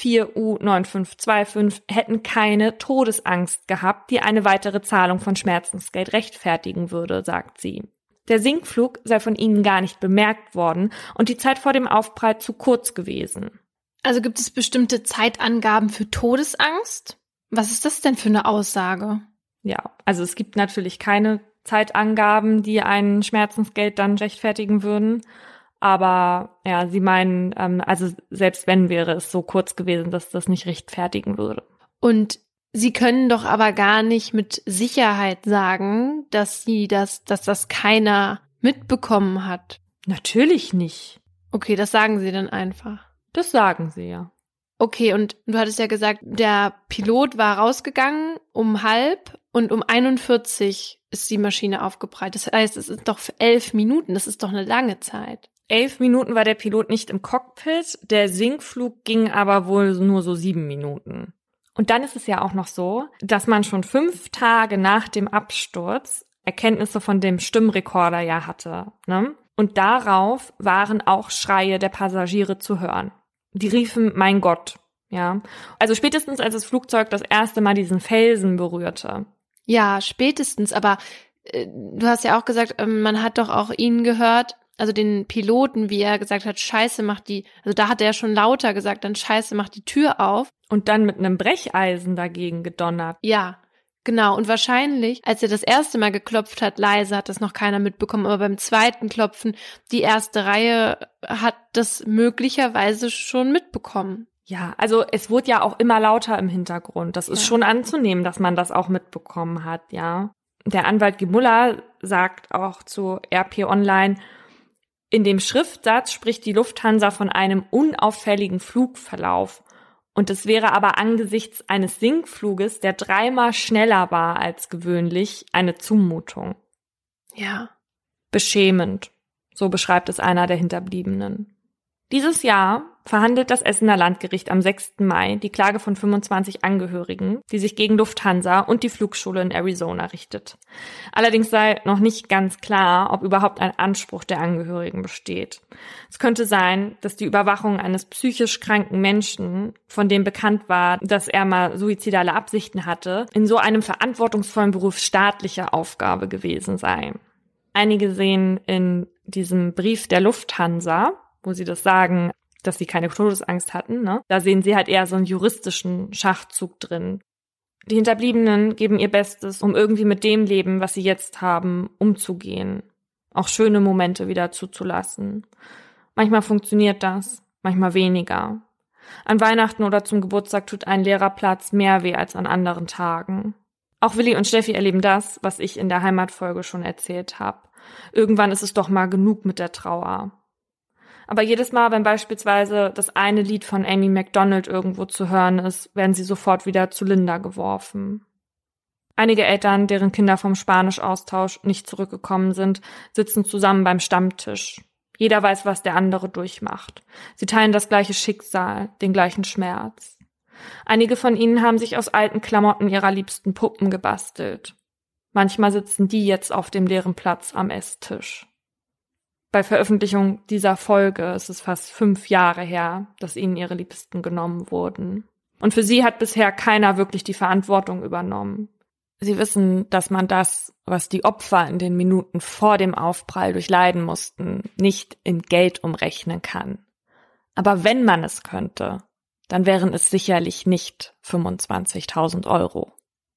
4U9525 hätten keine Todesangst gehabt, die eine weitere Zahlung von Schmerzensgeld rechtfertigen würde, sagt sie. Der Sinkflug sei von ihnen gar nicht bemerkt worden und die Zeit vor dem Aufprall zu kurz gewesen. Also gibt es bestimmte Zeitangaben für Todesangst? Was ist das denn für eine Aussage? Ja, also es gibt natürlich keine Zeitangaben, die ein Schmerzensgeld dann rechtfertigen würden. Aber ja, sie meinen, also selbst wenn, wäre es so kurz gewesen, dass das nicht rechtfertigen würde. Und sie können doch aber gar nicht mit Sicherheit sagen, dass das keiner mitbekommen hat. Natürlich nicht. Okay, das sagen sie dann einfach. Das sagen sie, ja. Okay, und du hattest ja gesagt, der Pilot war rausgegangen um 12:30 und um 41 ist die Maschine aufgeprallt. Das heißt, es ist doch für 11 Minuten, das ist doch eine lange Zeit. 11 Minuten war der Pilot nicht im Cockpit, der Sinkflug ging aber wohl nur so 7 Minuten. Und dann ist es ja auch noch so, dass man schon 5 Tage nach dem Absturz Erkenntnisse von dem Stimmrekorder ja hatte, ne? Und darauf waren auch Schreie der Passagiere zu hören. Die riefen, mein Gott, ja. Also spätestens, als das Flugzeug das erste Mal diesen Felsen berührte. Ja, spätestens, aber du hast ja auch gesagt, man hat doch auch ihn gehört, also den Piloten, wie er gesagt hat, Scheiße, also da hat er schon lauter gesagt, dann Scheiße, mach die Tür auf. Und dann mit einem Brecheisen dagegen gedonnert. Ja, genau. Und wahrscheinlich, als er das erste Mal geklopft hat, leise, hat das noch keiner mitbekommen. Aber beim zweiten Klopfen, die erste Reihe hat das möglicherweise schon mitbekommen. Ja, also es wurde ja auch immer lauter im Hintergrund. Das ist schon anzunehmen, dass man das auch mitbekommen hat, ja. Der Anwalt Gimulla sagt auch zu RP Online, in dem Schriftsatz spricht die Lufthansa von einem unauffälligen Flugverlauf. Und es wäre aber angesichts eines Sinkfluges, der 3-mal schneller war als gewöhnlich, eine Zumutung. Ja. Beschämend, so beschreibt es einer der Hinterbliebenen. Dieses Jahr verhandelt das Essener Landgericht am 6. Mai die Klage von 25 Angehörigen, die sich gegen Lufthansa und die Flugschule in Arizona richtet. Allerdings sei noch nicht ganz klar, ob überhaupt ein Anspruch der Angehörigen besteht. Es könnte sein, dass die Überwachung eines psychisch kranken Menschen, von dem bekannt war, dass er mal suizidale Absichten hatte, in so einem verantwortungsvollen Beruf staatliche Aufgabe gewesen sei. Einige sehen in diesem Brief der Lufthansa, wo sie das sagen, dass sie keine Todesangst hatten, ne? Da sehen sie halt eher so einen juristischen Schachzug drin. Die Hinterbliebenen geben ihr Bestes, um irgendwie mit dem Leben, was sie jetzt haben, umzugehen. Auch schöne Momente wieder zuzulassen. Manchmal funktioniert das, manchmal weniger. An Weihnachten oder zum Geburtstag tut ein leerer Platz mehr weh als an anderen Tagen. Auch Willi und Steffi erleben das, was ich in der Heimatfolge schon erzählt habe. Irgendwann ist es doch mal genug mit der Trauer. Aber jedes Mal, wenn beispielsweise das eine Lied von Amy Macdonald irgendwo zu hören ist, werden sie sofort wieder zu Linda geworfen. Einige Eltern, deren Kinder vom Spanisch-Austausch nicht zurückgekommen sind, sitzen zusammen beim Stammtisch. Jeder weiß, was der andere durchmacht. Sie teilen das gleiche Schicksal, den gleichen Schmerz. Einige von ihnen haben sich aus alten Klamotten ihrer liebsten Puppen gebastelt. Manchmal sitzen die jetzt auf dem leeren Platz am Esstisch. Bei Veröffentlichung dieser Folge ist es fast 5 Jahre her, dass ihnen ihre Liebsten genommen wurden. Und für sie hat bisher keiner wirklich die Verantwortung übernommen. Sie wissen, dass man das, was die Opfer in den Minuten vor dem Aufprall durchleiden mussten, nicht in Geld umrechnen kann. Aber wenn man es könnte, dann wären es sicherlich nicht 25.000 Euro.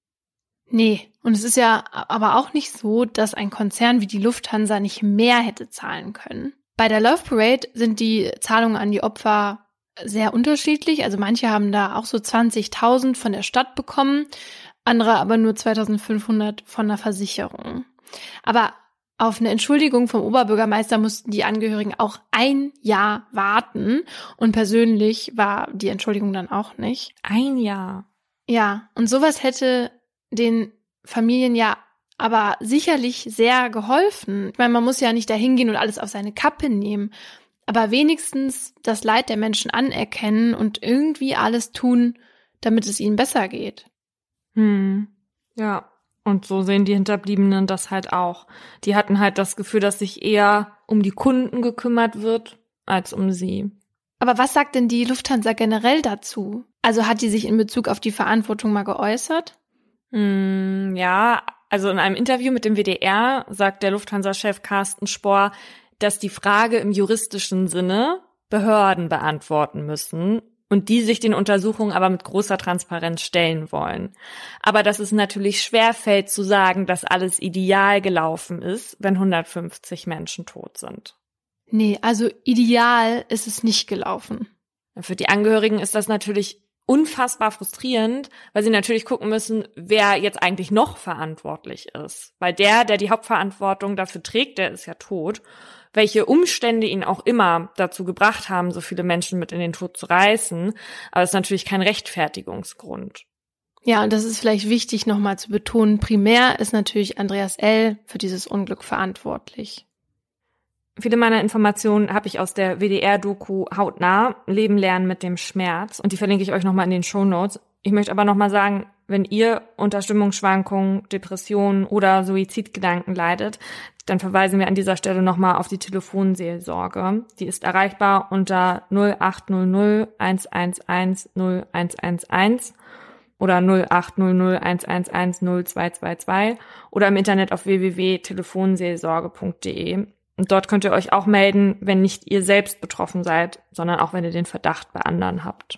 Nee, und es ist ja aber auch nicht so, dass ein Konzern wie die Lufthansa nicht mehr hätte zahlen können. Bei der Love Parade sind die Zahlungen an die Opfer sehr unterschiedlich. Also manche haben da auch so 20.000 von der Stadt bekommen, andere aber nur 2.500 von der Versicherung. Aber auf eine Entschuldigung vom Oberbürgermeister mussten die Angehörigen auch 1 Jahr warten. Und persönlich war die Entschuldigung dann auch nicht. 1 Jahr? Ja, und sowas hätte den Familien ja aber sicherlich sehr geholfen. Ich meine, man muss ja nicht dahin gehen und alles auf seine Kappe nehmen, aber wenigstens das Leid der Menschen anerkennen und irgendwie alles tun, damit es ihnen besser geht. Ja, und so sehen die Hinterbliebenen das halt auch. Die hatten halt das Gefühl, dass sich eher um die Kunden gekümmert wird, als um sie. Aber was sagt denn die Lufthansa generell dazu? Also hat die sich in Bezug auf die Verantwortung mal geäußert? Ja, also in einem Interview mit dem WDR sagt der Lufthansa-Chef Carsten Spohr, dass die Frage im juristischen Sinne Behörden beantworten müssen und die sich den Untersuchungen aber mit großer Transparenz stellen wollen. Aber dass es natürlich schwerfällt zu sagen, dass alles ideal gelaufen ist, wenn 150 Menschen tot sind. Nee, also ideal ist es nicht gelaufen. Für die Angehörigen ist das natürlich unfassbar frustrierend, weil sie natürlich gucken müssen, wer jetzt eigentlich noch verantwortlich ist. Weil der die Hauptverantwortung dafür trägt, der ist ja tot. Welche Umstände ihn auch immer dazu gebracht haben, so viele Menschen mit in den Tod zu reißen. Aber das ist natürlich kein Rechtfertigungsgrund. Ja, und das ist vielleicht wichtig nochmal zu betonen. Primär ist natürlich Andreas L. für dieses Unglück verantwortlich. Viele meiner Informationen habe ich aus der WDR-Doku Hautnah, Leben lernen mit dem Schmerz. Und die verlinke ich euch nochmal in den Shownotes. Ich möchte aber nochmal sagen, wenn ihr unter Stimmungsschwankungen, Depressionen oder Suizidgedanken leidet, dann verweisen wir an dieser Stelle nochmal auf die Telefonseelsorge. Die ist erreichbar unter 0800 111 0111 oder 0800 111 0222 oder im Internet auf www.telefonseelsorge.de. Und dort könnt ihr euch auch melden, wenn nicht ihr selbst betroffen seid, sondern auch wenn ihr den Verdacht bei anderen habt.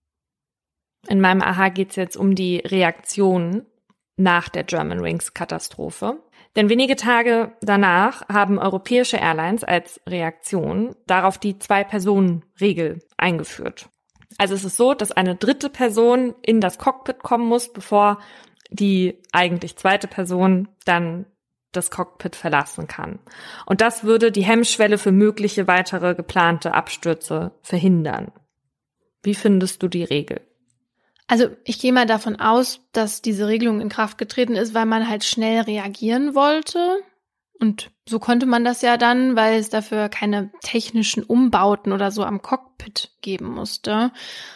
In meinem Aha geht es jetzt um die Reaktion nach der Germanwings-Katastrophe. Denn wenige Tage danach haben europäische Airlines als Reaktion darauf die 2-Personen-Regel eingeführt. Also es ist so, dass eine dritte Person in das Cockpit kommen muss, bevor die eigentlich zweite Person dann das Cockpit verlassen kann. Und das würde die Hemmschwelle für mögliche weitere geplante Abstürze verhindern. Wie findest du die Regel? Also ich gehe mal davon aus, dass diese Regelung in Kraft getreten ist, weil man halt schnell reagieren wollte. Und so konnte man das ja dann, weil es dafür keine technischen Umbauten oder so am Cockpit geben musste.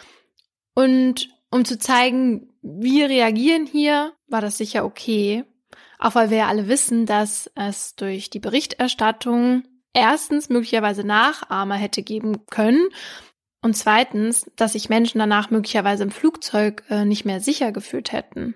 Und um zu zeigen, wir reagieren hier, war das sicher okay. Auch weil wir ja alle wissen, dass es durch die Berichterstattung erstens möglicherweise Nachahmer hätte geben können und zweitens, dass sich Menschen danach möglicherweise im Flugzeug nicht mehr sicher gefühlt hätten.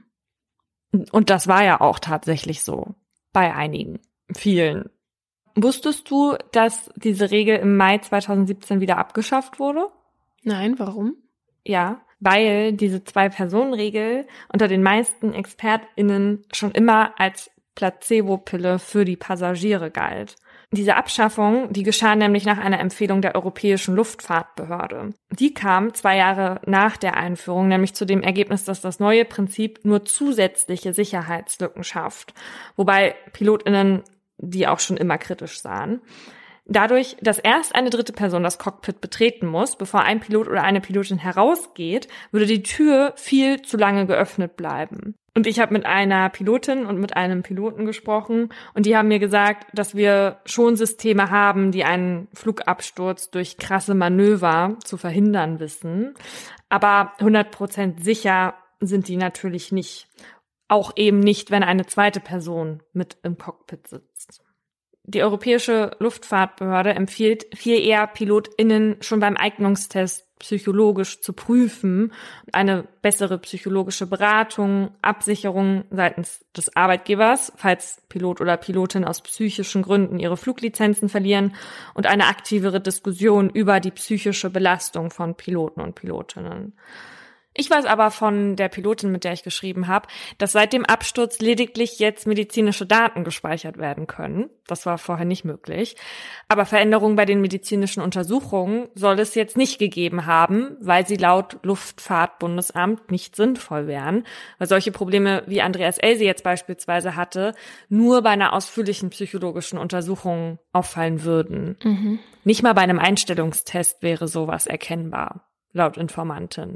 Und das war ja auch tatsächlich so. Bei einigen. Vielen. Wusstest du, dass diese Regel im Mai 2017 wieder abgeschafft wurde? Nein, warum? Ja, weil diese 2-Personen-Regel unter den meisten ExpertInnen schon immer als Placebo-Pille für die Passagiere galt. Diese Abschaffung, die geschah nämlich nach einer Empfehlung der Europäischen Luftfahrtbehörde. Die kam 2 Jahre nach der Einführung nämlich zu dem Ergebnis, dass das neue Prinzip nur zusätzliche Sicherheitslücken schafft, wobei PilotInnen die auch schon immer kritisch sahen. Dadurch, dass erst eine dritte Person das Cockpit betreten muss, bevor ein Pilot oder eine Pilotin herausgeht, würde die Tür viel zu lange geöffnet bleiben. Und ich habe mit einer Pilotin und mit einem Piloten gesprochen und die haben mir gesagt, dass wir schon Systeme haben, die einen Flugabsturz durch krasse Manöver zu verhindern wissen. Aber 100% sicher sind die natürlich nicht. Auch eben nicht, wenn eine zweite Person mit im Cockpit sitzt. Die Europäische Luftfahrtbehörde empfiehlt viel eher PilotInnen schon beim Eignungstest psychologisch zu prüfen, eine bessere psychologische Beratung, Absicherung seitens des Arbeitgebers, falls Pilot oder Pilotin aus psychischen Gründen ihre Fluglizenzen verlieren und eine aktivere Diskussion über die psychische Belastung von Piloten und Pilotinnen. Ich weiß aber von der Pilotin, mit der ich geschrieben habe, dass seit dem Absturz lediglich jetzt medizinische Daten gespeichert werden können. Das war vorher nicht möglich. Aber Veränderungen bei den medizinischen Untersuchungen soll es jetzt nicht gegeben haben, weil sie laut Luftfahrtbundesamt nicht sinnvoll wären, weil solche Probleme, wie Andreas L. sie jetzt beispielsweise hatte, nur bei einer ausführlichen psychologischen Untersuchung auffallen würden. Nicht mal bei einem Einstellungstest wäre sowas erkennbar, laut Informantin.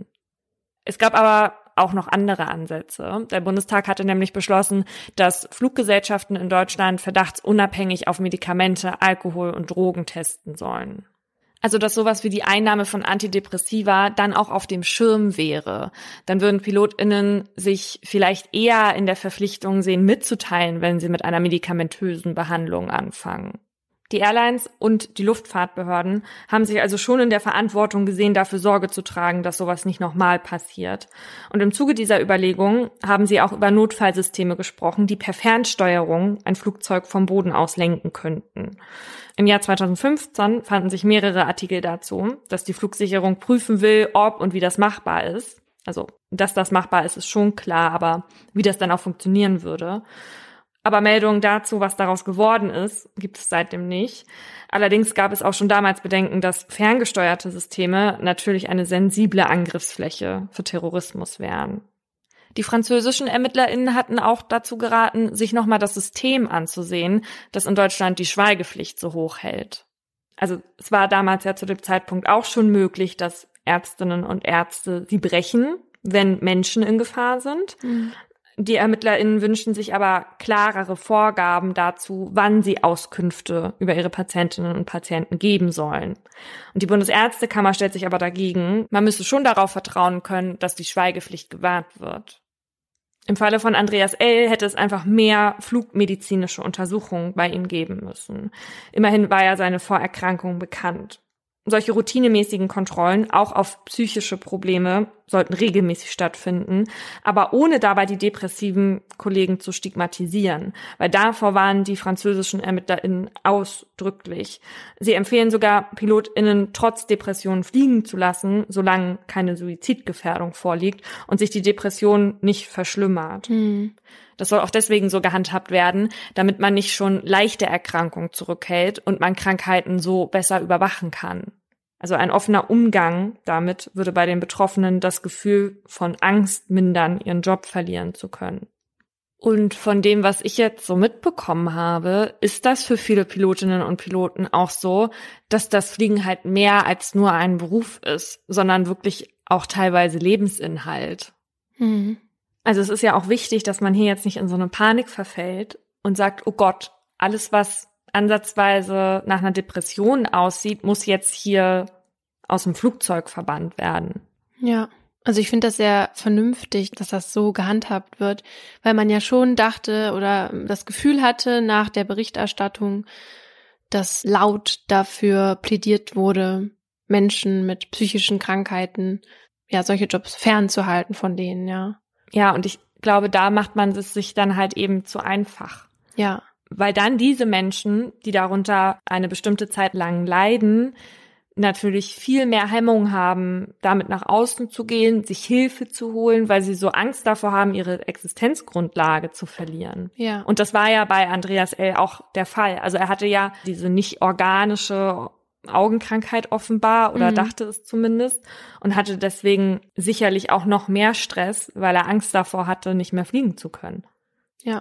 Es gab aber auch noch andere Ansätze. Der Bundestag hatte nämlich beschlossen, dass Fluggesellschaften in Deutschland verdachtsunabhängig auf Medikamente, Alkohol und Drogen testen sollen. Also dass sowas wie die Einnahme von Antidepressiva dann auch auf dem Schirm wäre. Dann würden PilotInnen sich vielleicht eher in der Verpflichtung sehen, mitzuteilen, wenn sie mit einer medikamentösen Behandlung anfangen. Die Airlines und die Luftfahrtbehörden haben sich also schon in der Verantwortung gesehen, dafür Sorge zu tragen, dass sowas nicht nochmal passiert. Und im Zuge dieser Überlegungen haben sie auch über Notfallsysteme gesprochen, die per Fernsteuerung ein Flugzeug vom Boden aus lenken könnten. Im Jahr 2015 fanden sich mehrere Artikel dazu, dass die Flugsicherung prüfen will, ob und wie das machbar ist. Also, dass das machbar ist, ist schon klar, aber wie das dann auch funktionieren würde. Aber Meldungen dazu, was daraus geworden ist, gibt es seitdem nicht. Allerdings gab es auch schon damals Bedenken, dass ferngesteuerte Systeme natürlich eine sensible Angriffsfläche für Terrorismus wären. Die französischen ErmittlerInnen hatten auch dazu geraten, sich nochmal das System anzusehen, das in Deutschland die Schweigepflicht so hoch hält. Also es war damals ja zu dem Zeitpunkt auch schon möglich, dass Ärztinnen und Ärzte sie brechen, wenn Menschen in Gefahr sind. Die ErmittlerInnen wünschen sich aber klarere Vorgaben dazu, wann sie Auskünfte über ihre Patientinnen und Patienten geben sollen. Und die Bundesärztekammer stellt sich aber dagegen, man müsse schon darauf vertrauen können, dass die Schweigepflicht gewahrt wird. Im Falle von Andreas L. hätte es einfach mehr flugmedizinische Untersuchungen bei ihm geben müssen. Immerhin war ja seine Vorerkrankung bekannt. Solche routinemäßigen Kontrollen, auch auf psychische Probleme, sollten regelmäßig stattfinden, aber ohne dabei die depressiven Kollegen zu stigmatisieren, weil davor warnen die französischen ErmittlerInnen ausdrücklich. Sie empfehlen sogar, PilotInnen trotz Depressionen fliegen zu lassen, solange keine Suizidgefährdung vorliegt und sich die Depression nicht verschlimmert. Das soll auch deswegen so gehandhabt werden, damit man nicht schon leichte Erkrankungen zurückhält und man Krankheiten so besser überwachen kann. Also ein offener Umgang damit würde bei den Betroffenen das Gefühl von Angst mindern, ihren Job verlieren zu können. Und von dem, was ich jetzt so mitbekommen habe, ist das für viele Pilotinnen und Piloten auch so, dass das Fliegen halt mehr als nur ein Beruf ist, sondern wirklich auch teilweise Lebensinhalt. Also es ist ja auch wichtig, dass man hier jetzt nicht in so eine Panik verfällt und sagt, oh Gott, alles, was ansatzweise nach einer Depression aussieht, muss jetzt hier aus dem Flugzeug verbannt werden. Ja, also ich finde das sehr vernünftig, dass das so gehandhabt wird, weil man ja schon dachte oder das Gefühl hatte nach der Berichterstattung, dass laut dafür plädiert wurde, Menschen mit psychischen Krankheiten, ja, solche Jobs fernzuhalten von denen, ja. Ja, und ich glaube, da macht man es sich dann halt eben zu einfach. Ja. Weil dann diese Menschen, die darunter eine bestimmte Zeit lang leiden, natürlich viel mehr Hemmung haben, damit nach außen zu gehen, sich Hilfe zu holen, weil sie so Angst davor haben, ihre Existenzgrundlage zu verlieren. Ja. Und das war ja bei Andreas L. auch der Fall. Also er hatte ja diese nicht organische Augenkrankheit offenbar oder dachte es zumindest und hatte deswegen sicherlich auch noch mehr Stress, weil er Angst davor hatte, nicht mehr fliegen zu können. Ja.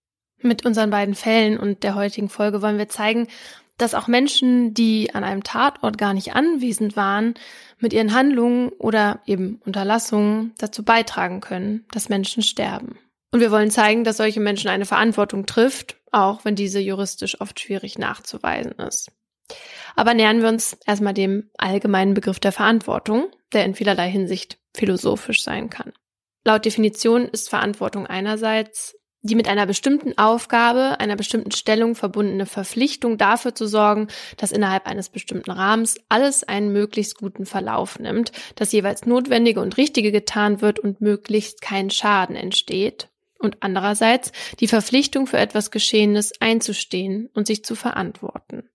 Mit unseren beiden Fällen und der heutigen Folge wollen wir zeigen, dass auch Menschen, die an einem Tatort gar nicht anwesend waren, mit ihren Handlungen oder eben Unterlassungen dazu beitragen können, dass Menschen sterben. Und wir wollen zeigen, dass solche Menschen eine Verantwortung trifft, auch wenn diese juristisch oft schwierig nachzuweisen ist. Aber nähern wir uns erstmal dem allgemeinen Begriff der Verantwortung, der in vielerlei Hinsicht philosophisch sein kann. Laut Definition ist Verantwortung einerseits die mit einer bestimmten Aufgabe, einer bestimmten Stellung verbundene Verpflichtung dafür zu sorgen, dass innerhalb eines bestimmten Rahmens alles einen möglichst guten Verlauf nimmt, das jeweils Notwendige und Richtige getan wird und möglichst kein Schaden entsteht. Und andererseits die Verpflichtung für etwas Geschehenes einzustehen und sich zu verantworten.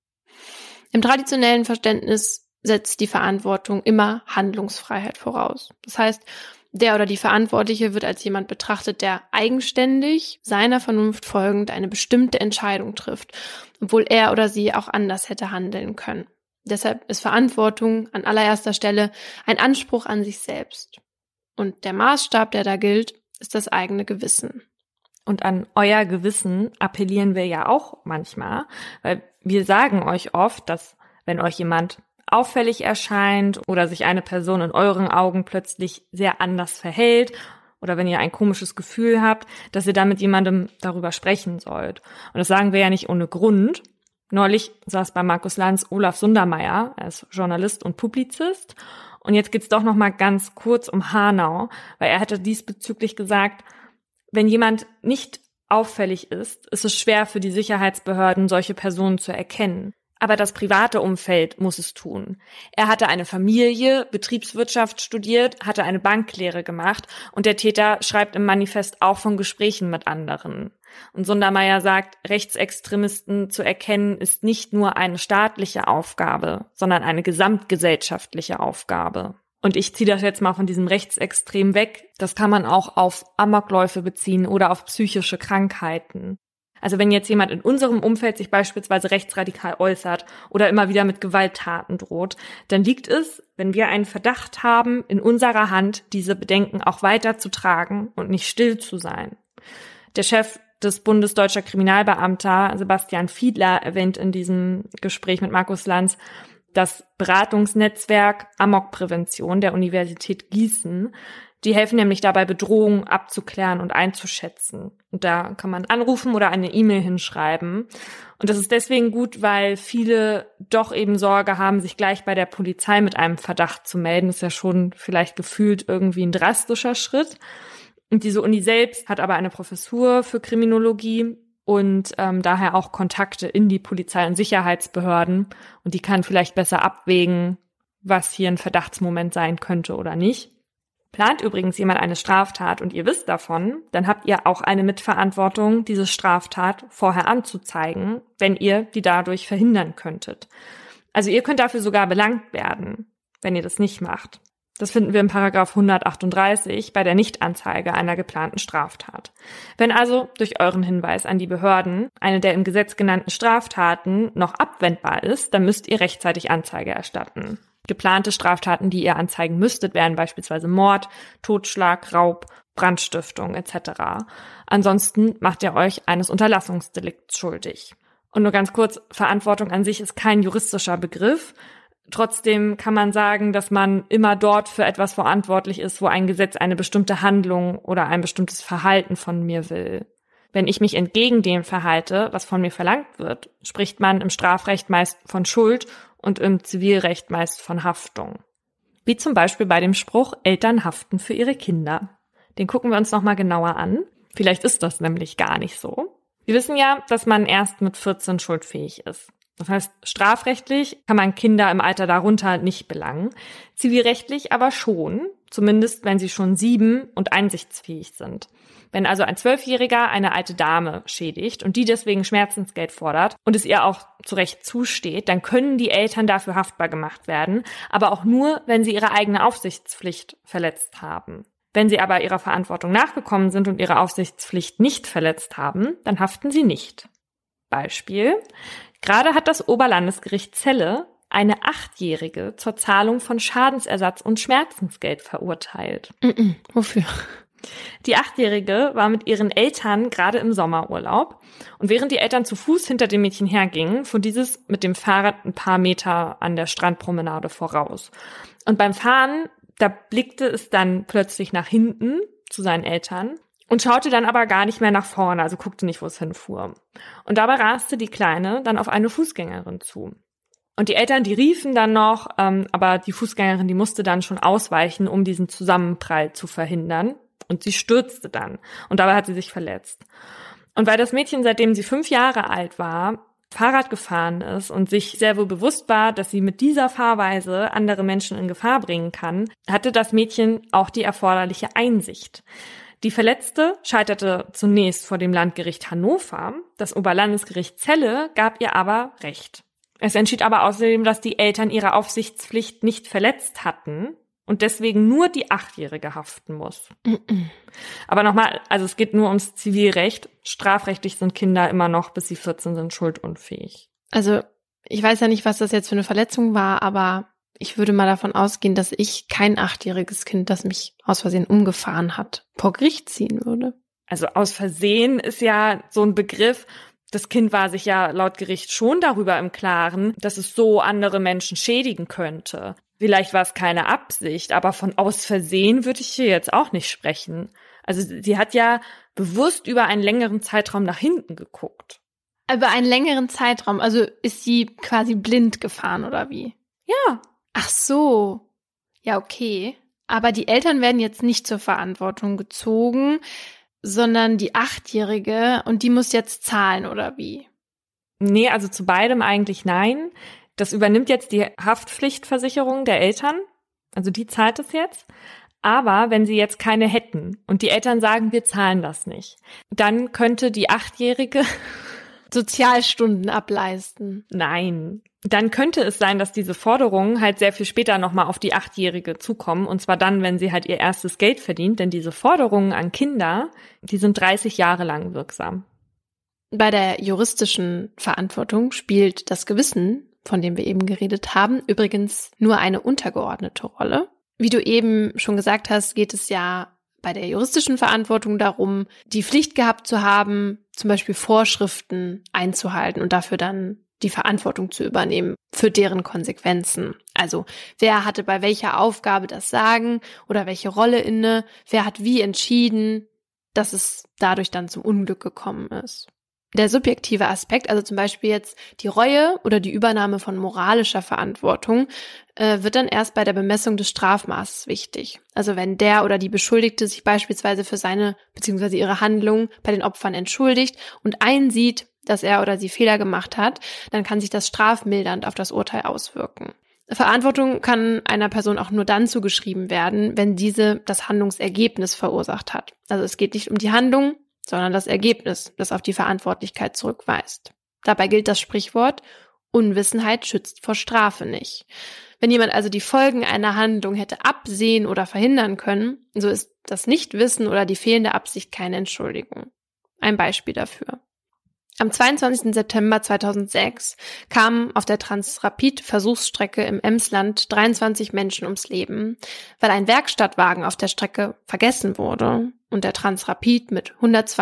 Im traditionellen Verständnis setzt die Verantwortung immer Handlungsfreiheit voraus. Das heißt, der oder die Verantwortliche wird als jemand betrachtet, der eigenständig, seiner Vernunft folgend eine bestimmte Entscheidung trifft, obwohl er oder sie auch anders hätte handeln können. Deshalb ist Verantwortung an allererster Stelle ein Anspruch an sich selbst. Und der Maßstab, der da gilt, ist das eigene Gewissen. Und an euer Gewissen appellieren wir ja auch manchmal, weil wir sagen euch oft, dass wenn euch jemand auffällig erscheint oder sich eine Person in euren Augen plötzlich sehr anders verhält oder wenn ihr ein komisches Gefühl habt, dass ihr dann mit jemandem darüber sprechen sollt. Und das sagen wir ja nicht ohne Grund. Neulich saß bei Markus Lanz Olaf Sundermeier, er ist Journalist und Publizist. Und jetzt geht's doch noch mal ganz kurz um Hanau, weil er hatte diesbezüglich gesagt, wenn jemand nicht auffällig ist, ist es schwer für die Sicherheitsbehörden, solche Personen zu erkennen. Aber das private Umfeld muss es tun. Er hatte eine Familie, Betriebswirtschaft studiert, hatte eine Banklehre gemacht und der Täter schreibt im Manifest auch von Gesprächen mit anderen. Und Sundermeier sagt, Rechtsextremisten zu erkennen ist nicht nur eine staatliche Aufgabe, sondern eine gesamtgesellschaftliche Aufgabe. Und ich ziehe das jetzt mal von diesem Rechtsextrem weg. Das kann man auch auf Amokläufe beziehen oder auf psychische Krankheiten. Also wenn jetzt jemand in unserem Umfeld sich beispielsweise rechtsradikal äußert oder immer wieder mit Gewalttaten droht, dann liegt es, wenn wir einen Verdacht haben, in unserer Hand, diese Bedenken auch weiterzutragen und nicht still zu sein. Der Chef des Bundes Deutscher Kriminalbeamter, Sebastian Fiedler, erwähnt in diesem Gespräch mit Markus Lanz das Beratungsnetzwerk Amokprävention der Universität Gießen. Die helfen nämlich dabei, Bedrohungen abzuklären und einzuschätzen. Und da kann man anrufen oder eine E-Mail hinschreiben. Und das ist deswegen gut, weil viele doch eben Sorge haben, sich gleich bei der Polizei mit einem Verdacht zu melden. Das ist ja schon vielleicht gefühlt irgendwie ein drastischer Schritt. Und diese Uni selbst hat aber eine Professur für Kriminologie und daher auch Kontakte in die Polizei- und Sicherheitsbehörden. Und die kann vielleicht besser abwägen, was hier ein Verdachtsmoment sein könnte oder nicht. Plant übrigens jemand eine Straftat und ihr wisst davon, dann habt ihr auch eine Mitverantwortung, diese Straftat vorher anzuzeigen, wenn ihr die dadurch verhindern könntet. Also ihr könnt dafür sogar belangt werden, wenn ihr das nicht macht. Das finden wir in Paragraph 138 bei der Nichtanzeige einer geplanten Straftat. Wenn also durch euren Hinweis an die Behörden eine der im Gesetz genannten Straftaten noch abwendbar ist, dann müsst ihr rechtzeitig Anzeige erstatten. Geplante Straftaten, die ihr anzeigen müsstet, wären beispielsweise Mord, Totschlag, Raub, Brandstiftung etc. Ansonsten macht ihr euch eines Unterlassungsdelikts schuldig. Und nur ganz kurz, Verantwortung an sich ist kein juristischer Begriff. Trotzdem kann man sagen, dass man immer dort für etwas verantwortlich ist, wo ein Gesetz eine bestimmte Handlung oder ein bestimmtes Verhalten von mir will. Wenn ich mich entgegen dem verhalte, was von mir verlangt wird, spricht man im Strafrecht meist von Schuld und im Zivilrecht meist von Haftung. Wie zum Beispiel bei dem Spruch, Eltern haften für ihre Kinder. Den gucken wir uns nochmal genauer an. Vielleicht ist das nämlich gar nicht so. Wir wissen ja, dass man erst mit 14 schuldfähig ist. Das heißt, strafrechtlich kann man Kinder im Alter darunter nicht belangen, zivilrechtlich aber schon, zumindest wenn sie schon 7 und einsichtsfähig sind. Wenn also ein 12-Jähriger eine alte Dame schädigt und die deswegen Schmerzensgeld fordert und es ihr auch zu Recht zusteht, dann können die Eltern dafür haftbar gemacht werden, aber auch nur, wenn sie ihre eigene Aufsichtspflicht verletzt haben. Wenn sie aber ihrer Verantwortung nachgekommen sind und ihre Aufsichtspflicht nicht verletzt haben, dann haften sie nicht. Beispiel: Gerade hat das Oberlandesgericht Celle eine 8-Jährige zur Zahlung von Schadensersatz und Schmerzensgeld verurteilt. Wofür? Die 8-Jährige war mit ihren Eltern gerade im Sommerurlaub und während die Eltern zu Fuß hinter dem Mädchen hergingen, fuhr dieses mit dem Fahrrad ein paar Meter an der Strandpromenade voraus. Und beim Fahren, da blickte es dann plötzlich nach hinten zu seinen Eltern und schaute dann aber gar nicht mehr nach vorne, also guckte nicht, wo es hinfuhr. Und dabei raste die Kleine dann auf eine Fußgängerin zu. Und die Eltern, die riefen dann noch, aber die Fußgängerin, die musste dann schon ausweichen, um diesen Zusammenprall zu verhindern. Und sie stürzte dann. Und dabei hat sie sich verletzt. Und weil das Mädchen, seitdem sie 5 Jahre alt war, Fahrrad gefahren ist und sich sehr wohl bewusst war, dass sie mit dieser Fahrweise andere Menschen in Gefahr bringen kann, hatte das Mädchen auch die erforderliche Einsicht. Die Verletzte scheiterte zunächst vor dem Landgericht Hannover. Das Oberlandesgericht Celle gab ihr aber Recht. Es entschied aber außerdem, dass die Eltern ihre Aufsichtspflicht nicht verletzt hatten und deswegen nur die 8-Jährige haften muss. Aber nochmal, also es geht nur ums Zivilrecht. Strafrechtlich sind Kinder immer noch, bis sie 14 sind, schuldunfähig. Also ich weiß ja nicht, was das jetzt für eine Verletzung war, aber ich würde mal davon ausgehen, dass ich kein 8-jähriges Kind, das mich aus Versehen umgefahren hat, vor Gericht ziehen würde. Also aus Versehen ist ja so ein Begriff. Das Kind war sich ja laut Gericht schon darüber im Klaren, dass es so andere Menschen schädigen könnte. Vielleicht war es keine Absicht, aber von aus Versehen würde ich hier jetzt auch nicht sprechen. Also sie hat ja bewusst über einen längeren Zeitraum nach hinten geguckt. Über einen längeren Zeitraum, also ist sie quasi blind gefahren oder wie? Ja. Ach so. Ja, okay. Aber die Eltern werden jetzt nicht zur Verantwortung gezogen, sondern die 8-Jährige und die muss jetzt zahlen oder wie? Nee, also zu beidem eigentlich nein. Das übernimmt jetzt die Haftpflichtversicherung der Eltern, also die zahlt es jetzt. Aber wenn sie jetzt keine hätten und die Eltern sagen, wir zahlen das nicht, dann könnte die 8-Jährige Sozialstunden ableisten. Nein. Dann könnte es sein, dass diese Forderungen halt sehr viel später nochmal auf die 8-Jährige zukommen. Und zwar dann, wenn sie halt ihr erstes Geld verdient. Denn diese Forderungen an Kinder, die sind 30 Jahre lang wirksam. Bei der juristischen Verantwortung spielt das Gewissen, von dem wir eben geredet haben, übrigens nur eine untergeordnete Rolle. Wie du eben schon gesagt hast, geht es ja bei der juristischen Verantwortung darum, die Pflicht gehabt zu haben, zum Beispiel Vorschriften einzuhalten und dafür dann die Verantwortung zu übernehmen für deren Konsequenzen. Also wer hatte bei welcher Aufgabe das Sagen oder welche Rolle inne, wer hat wie entschieden, dass es dadurch dann zum Unglück gekommen ist. Der subjektive Aspekt, also zum Beispiel jetzt die Reue oder die Übernahme von moralischer Verantwortung, wird dann erst bei der Bemessung des Strafmaßes wichtig. Also wenn der oder die Beschuldigte sich beispielsweise für seine bzw. ihre Handlung bei den Opfern entschuldigt und einsieht, dass er oder sie Fehler gemacht hat, dann kann sich das strafmildernd auf das Urteil auswirken. Verantwortung kann einer Person auch nur dann zugeschrieben werden, wenn diese das Handlungsergebnis verursacht hat. Also es geht nicht um die Handlung, sondern das Ergebnis, das auf die Verantwortlichkeit zurückweist. Dabei gilt das Sprichwort: Unwissenheit schützt vor Strafe nicht. Wenn jemand also die Folgen einer Handlung hätte absehen oder verhindern können, so ist das Nichtwissen oder die fehlende Absicht keine Entschuldigung. Ein Beispiel dafür. Am 22. September 2006 kamen auf der Transrapid-Versuchsstrecke im Emsland 23 Menschen ums Leben, weil ein Werkstattwagen auf der Strecke vergessen wurde und der Transrapid mit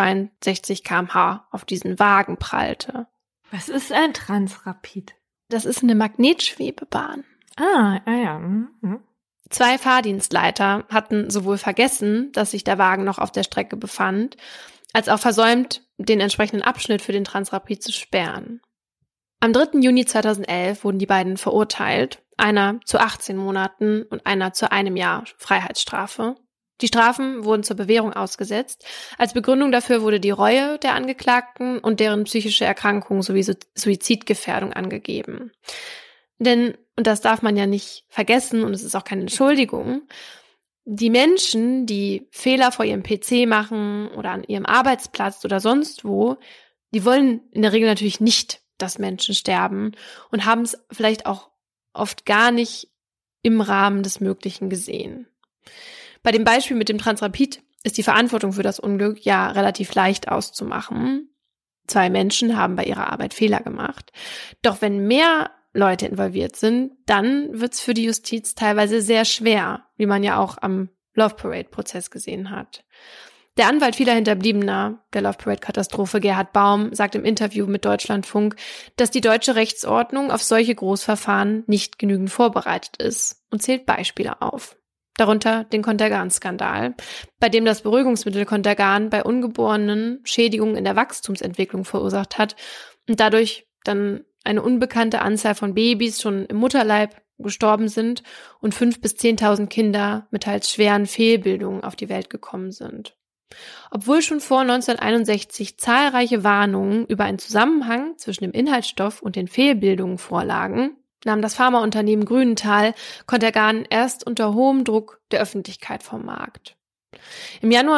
162 km/h auf diesen Wagen prallte. Was ist ein Transrapid? Das ist eine Magnetschwebebahn. Ja. Mhm. 2 Fahrdienstleiter hatten sowohl vergessen, dass sich der Wagen noch auf der Strecke befand, als auch versäumt, den entsprechenden Abschnitt für den Transrapid zu sperren. Am 3. Juni 2011 wurden die beiden verurteilt, einer zu 18 Monaten und einer zu 1 Jahr Freiheitsstrafe. Die Strafen wurden zur Bewährung ausgesetzt. Als Begründung dafür wurde die Reue der Angeklagten und deren psychische Erkrankung sowie Suizidgefährdung angegeben. Denn, und das darf man ja nicht vergessen und es ist auch keine Entschuldigung, die Menschen, die Fehler vor ihrem PC machen oder an ihrem Arbeitsplatz oder sonst wo, die wollen in der Regel natürlich nicht, dass Menschen sterben und haben es vielleicht auch oft gar nicht im Rahmen des Möglichen gesehen. Bei dem Beispiel mit dem Transrapid ist die Verantwortung für das Unglück ja relativ leicht auszumachen. 2 Menschen haben bei ihrer Arbeit Fehler gemacht. Doch wenn mehr Leute involviert sind, dann wird's für die Justiz teilweise sehr schwer, wie man ja auch am Love Parade-Prozess gesehen hat. Der Anwalt vieler Hinterbliebener der Love Parade-Katastrophe, Gerhard Baum, sagt im Interview mit Deutschlandfunk, dass die deutsche Rechtsordnung auf solche Großverfahren nicht genügend vorbereitet ist und zählt Beispiele auf. Darunter den Contergan-Skandal, bei dem das Beruhigungsmittel Contergan bei Ungeborenen Schädigungen in der Wachstumsentwicklung verursacht hat und dadurch dann eine unbekannte Anzahl von Babys schon im Mutterleib gestorben sind und 5.000 bis 10.000 Kinder mit teils schweren Fehlbildungen auf die Welt gekommen sind. Obwohl schon vor 1961 zahlreiche Warnungen über einen Zusammenhang zwischen dem Inhaltsstoff und den Fehlbildungen vorlagen, nahm das Pharmaunternehmen Grünenthal Contergan erst unter hohem Druck der Öffentlichkeit vom Markt. Im Januar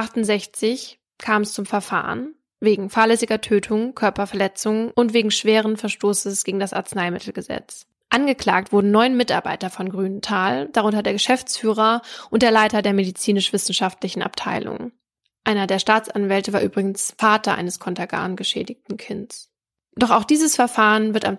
1968 kam es zum Verfahren wegen fahrlässiger Tötung, Körperverletzung und wegen schweren Verstoßes gegen das Arzneimittelgesetz. Angeklagt wurden 9 Mitarbeiter von Grünenthal, darunter der Geschäftsführer und der Leiter der medizinisch-wissenschaftlichen Abteilung. Einer der Staatsanwälte war übrigens Vater eines Contergan geschädigten Kindes. Doch auch dieses Verfahren wird am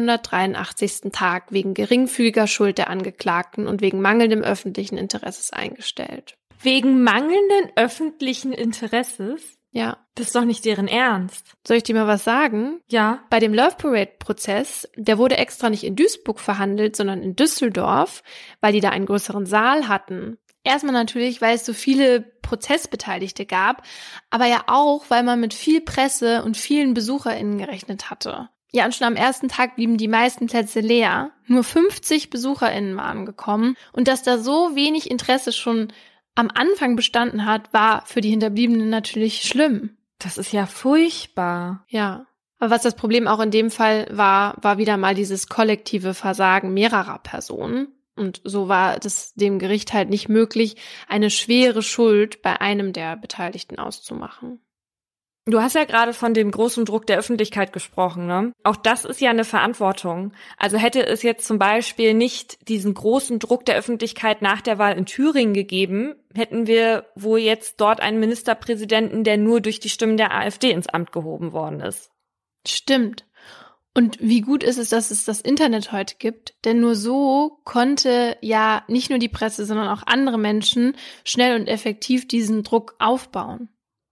283. Tag wegen geringfügiger Schuld der Angeklagten und wegen mangelndem öffentlichen Interesses eingestellt. Wegen mangelnden öffentlichen Interesses? Ja. Das ist doch nicht deren Ernst. Soll ich dir mal was sagen? Ja. Bei dem Love Parade-Prozess, der wurde extra nicht in Duisburg verhandelt, sondern in Düsseldorf, weil die da einen größeren Saal hatten. Erstmal natürlich, weil es so viele Prozessbeteiligte gab, aber ja auch, weil man mit viel Presse und vielen BesucherInnen gerechnet hatte. Ja, und schon am ersten Tag blieben die meisten Plätze leer. Nur 50 BesucherInnen waren gekommen. Und dass da so wenig Interesse schon am Anfang bestanden hat, war für die Hinterbliebenen natürlich schlimm. Das ist ja furchtbar. Ja. Aber was das Problem auch in dem Fall war wieder mal dieses kollektive Versagen mehrerer Personen. Und so war es dem Gericht halt nicht möglich, eine schwere Schuld bei einem der Beteiligten auszumachen. Du hast ja gerade von dem großen Druck der Öffentlichkeit gesprochen, ne? Auch das ist ja eine Verantwortung. Also hätte es jetzt zum Beispiel nicht diesen großen Druck der Öffentlichkeit nach der Wahl in Thüringen gegeben, hätten wir wohl jetzt dort einen Ministerpräsidenten, der nur durch die Stimmen der AfD ins Amt gehoben worden ist. Stimmt. Und wie gut ist es, dass es das Internet heute gibt? Denn nur so konnte ja nicht nur die Presse, sondern auch andere Menschen schnell und effektiv diesen Druck aufbauen.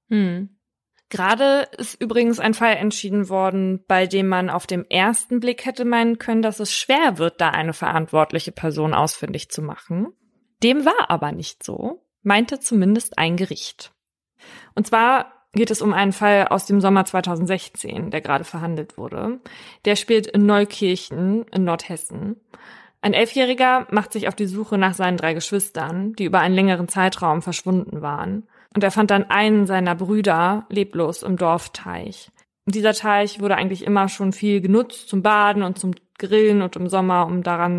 Gerade ist übrigens ein Fall entschieden worden, bei dem man auf den ersten Blick hätte meinen können, dass es schwer wird, da eine verantwortliche Person ausfindig zu machen. Dem war aber nicht so, meinte zumindest ein Gericht. Und zwar geht es um einen Fall aus dem Sommer 2016, der gerade verhandelt wurde. Der spielt in Neukirchen in Nordhessen. Ein 11-Jähriger macht sich auf die Suche nach seinen 3 Geschwistern, die über einen längeren Zeitraum verschwunden waren. Und er fand dann einen seiner Brüder leblos im Dorfteich. Und dieser Teich wurde eigentlich immer schon viel genutzt zum Baden und zum Grillen und im Sommer, um daran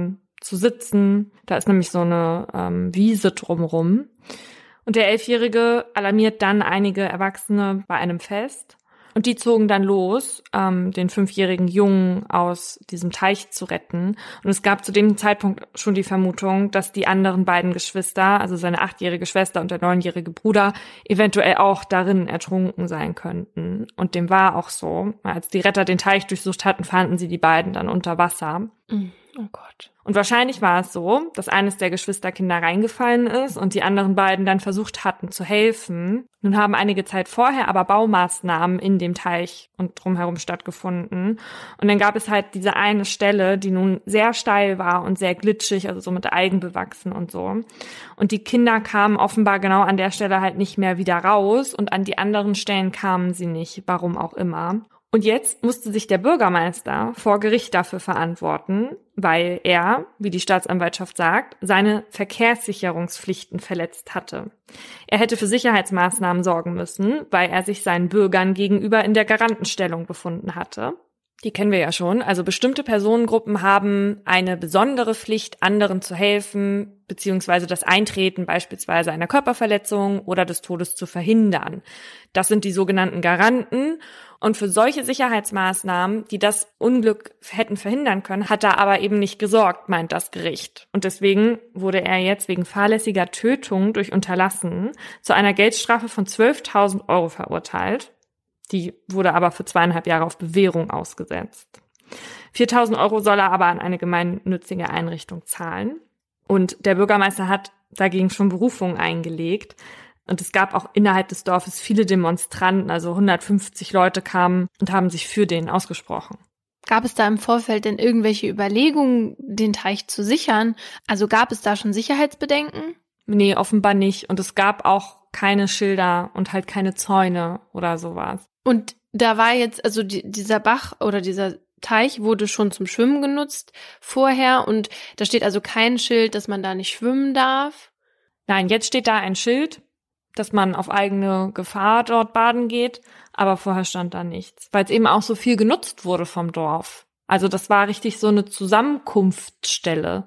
zu sitzen. Da ist nämlich so eine Wiese drumrum. Und der 11-Jährige alarmiert dann einige Erwachsene bei einem Fest. Und die zogen dann los, den 5-jährigen Jungen aus diesem Teich zu retten. Und es gab zu dem Zeitpunkt schon die Vermutung, dass die anderen beiden Geschwister, also seine 8-jährige Schwester und der 9-jährige Bruder, eventuell auch darin ertrunken sein könnten. Und dem war auch so. Als die Retter den Teich durchsucht hatten, fanden sie die beiden dann unter Wasser. Oh Gott. Und wahrscheinlich war es so, dass eines der Geschwisterkinder reingefallen ist und die anderen beiden dann versucht hatten zu helfen. Nun haben einige Zeit vorher aber Baumaßnahmen in dem Teich und drumherum stattgefunden. Und dann gab es halt diese eine Stelle, die nun sehr steil war und sehr glitschig, also so mit Algen bewachsen und so. Und die Kinder kamen offenbar genau an der Stelle halt nicht mehr wieder raus und an die anderen Stellen kamen sie nicht, warum auch immer. Und jetzt musste sich der Bürgermeister vor Gericht dafür verantworten, weil er, wie die Staatsanwaltschaft sagt, seine Verkehrssicherungspflichten verletzt hatte. Er hätte für Sicherheitsmaßnahmen sorgen müssen, weil er sich seinen Bürgern gegenüber in der Garantenstellung befunden hatte. Die kennen wir ja schon. Also bestimmte Personengruppen haben eine besondere Pflicht, anderen zu helfen, beziehungsweise das Eintreten beispielsweise einer Körperverletzung oder des Todes zu verhindern. Das sind die sogenannten Garanten. Und für solche Sicherheitsmaßnahmen, die das Unglück hätten verhindern können, hat er aber eben nicht gesorgt, meint das Gericht. Und deswegen wurde er jetzt wegen fahrlässiger Tötung durch Unterlassen zu einer Geldstrafe von 12.000 € verurteilt. Die wurde aber für 2,5 Jahre auf Bewährung ausgesetzt. 4.000 € soll er aber an eine gemeinnützige Einrichtung zahlen. Und der Bürgermeister hat dagegen schon Berufung eingelegt. Und es gab auch innerhalb des Dorfes viele Demonstranten, also 150 Leute kamen und haben sich für den ausgesprochen. Gab es da im Vorfeld denn irgendwelche Überlegungen, den Teich zu sichern? Also gab es da schon Sicherheitsbedenken? Nee, offenbar nicht. Und es gab auch keine Schilder und halt keine Zäune oder sowas. Und da war jetzt, also dieser Bach oder dieser Teich wurde schon zum Schwimmen genutzt vorher und da steht also kein Schild, dass man da nicht schwimmen darf? Nein, jetzt steht da ein Schild, dass man auf eigene Gefahr dort baden geht, aber vorher stand da nichts, weil es eben auch so viel genutzt wurde vom Dorf. Also das war richtig so eine Zusammenkunftsstelle.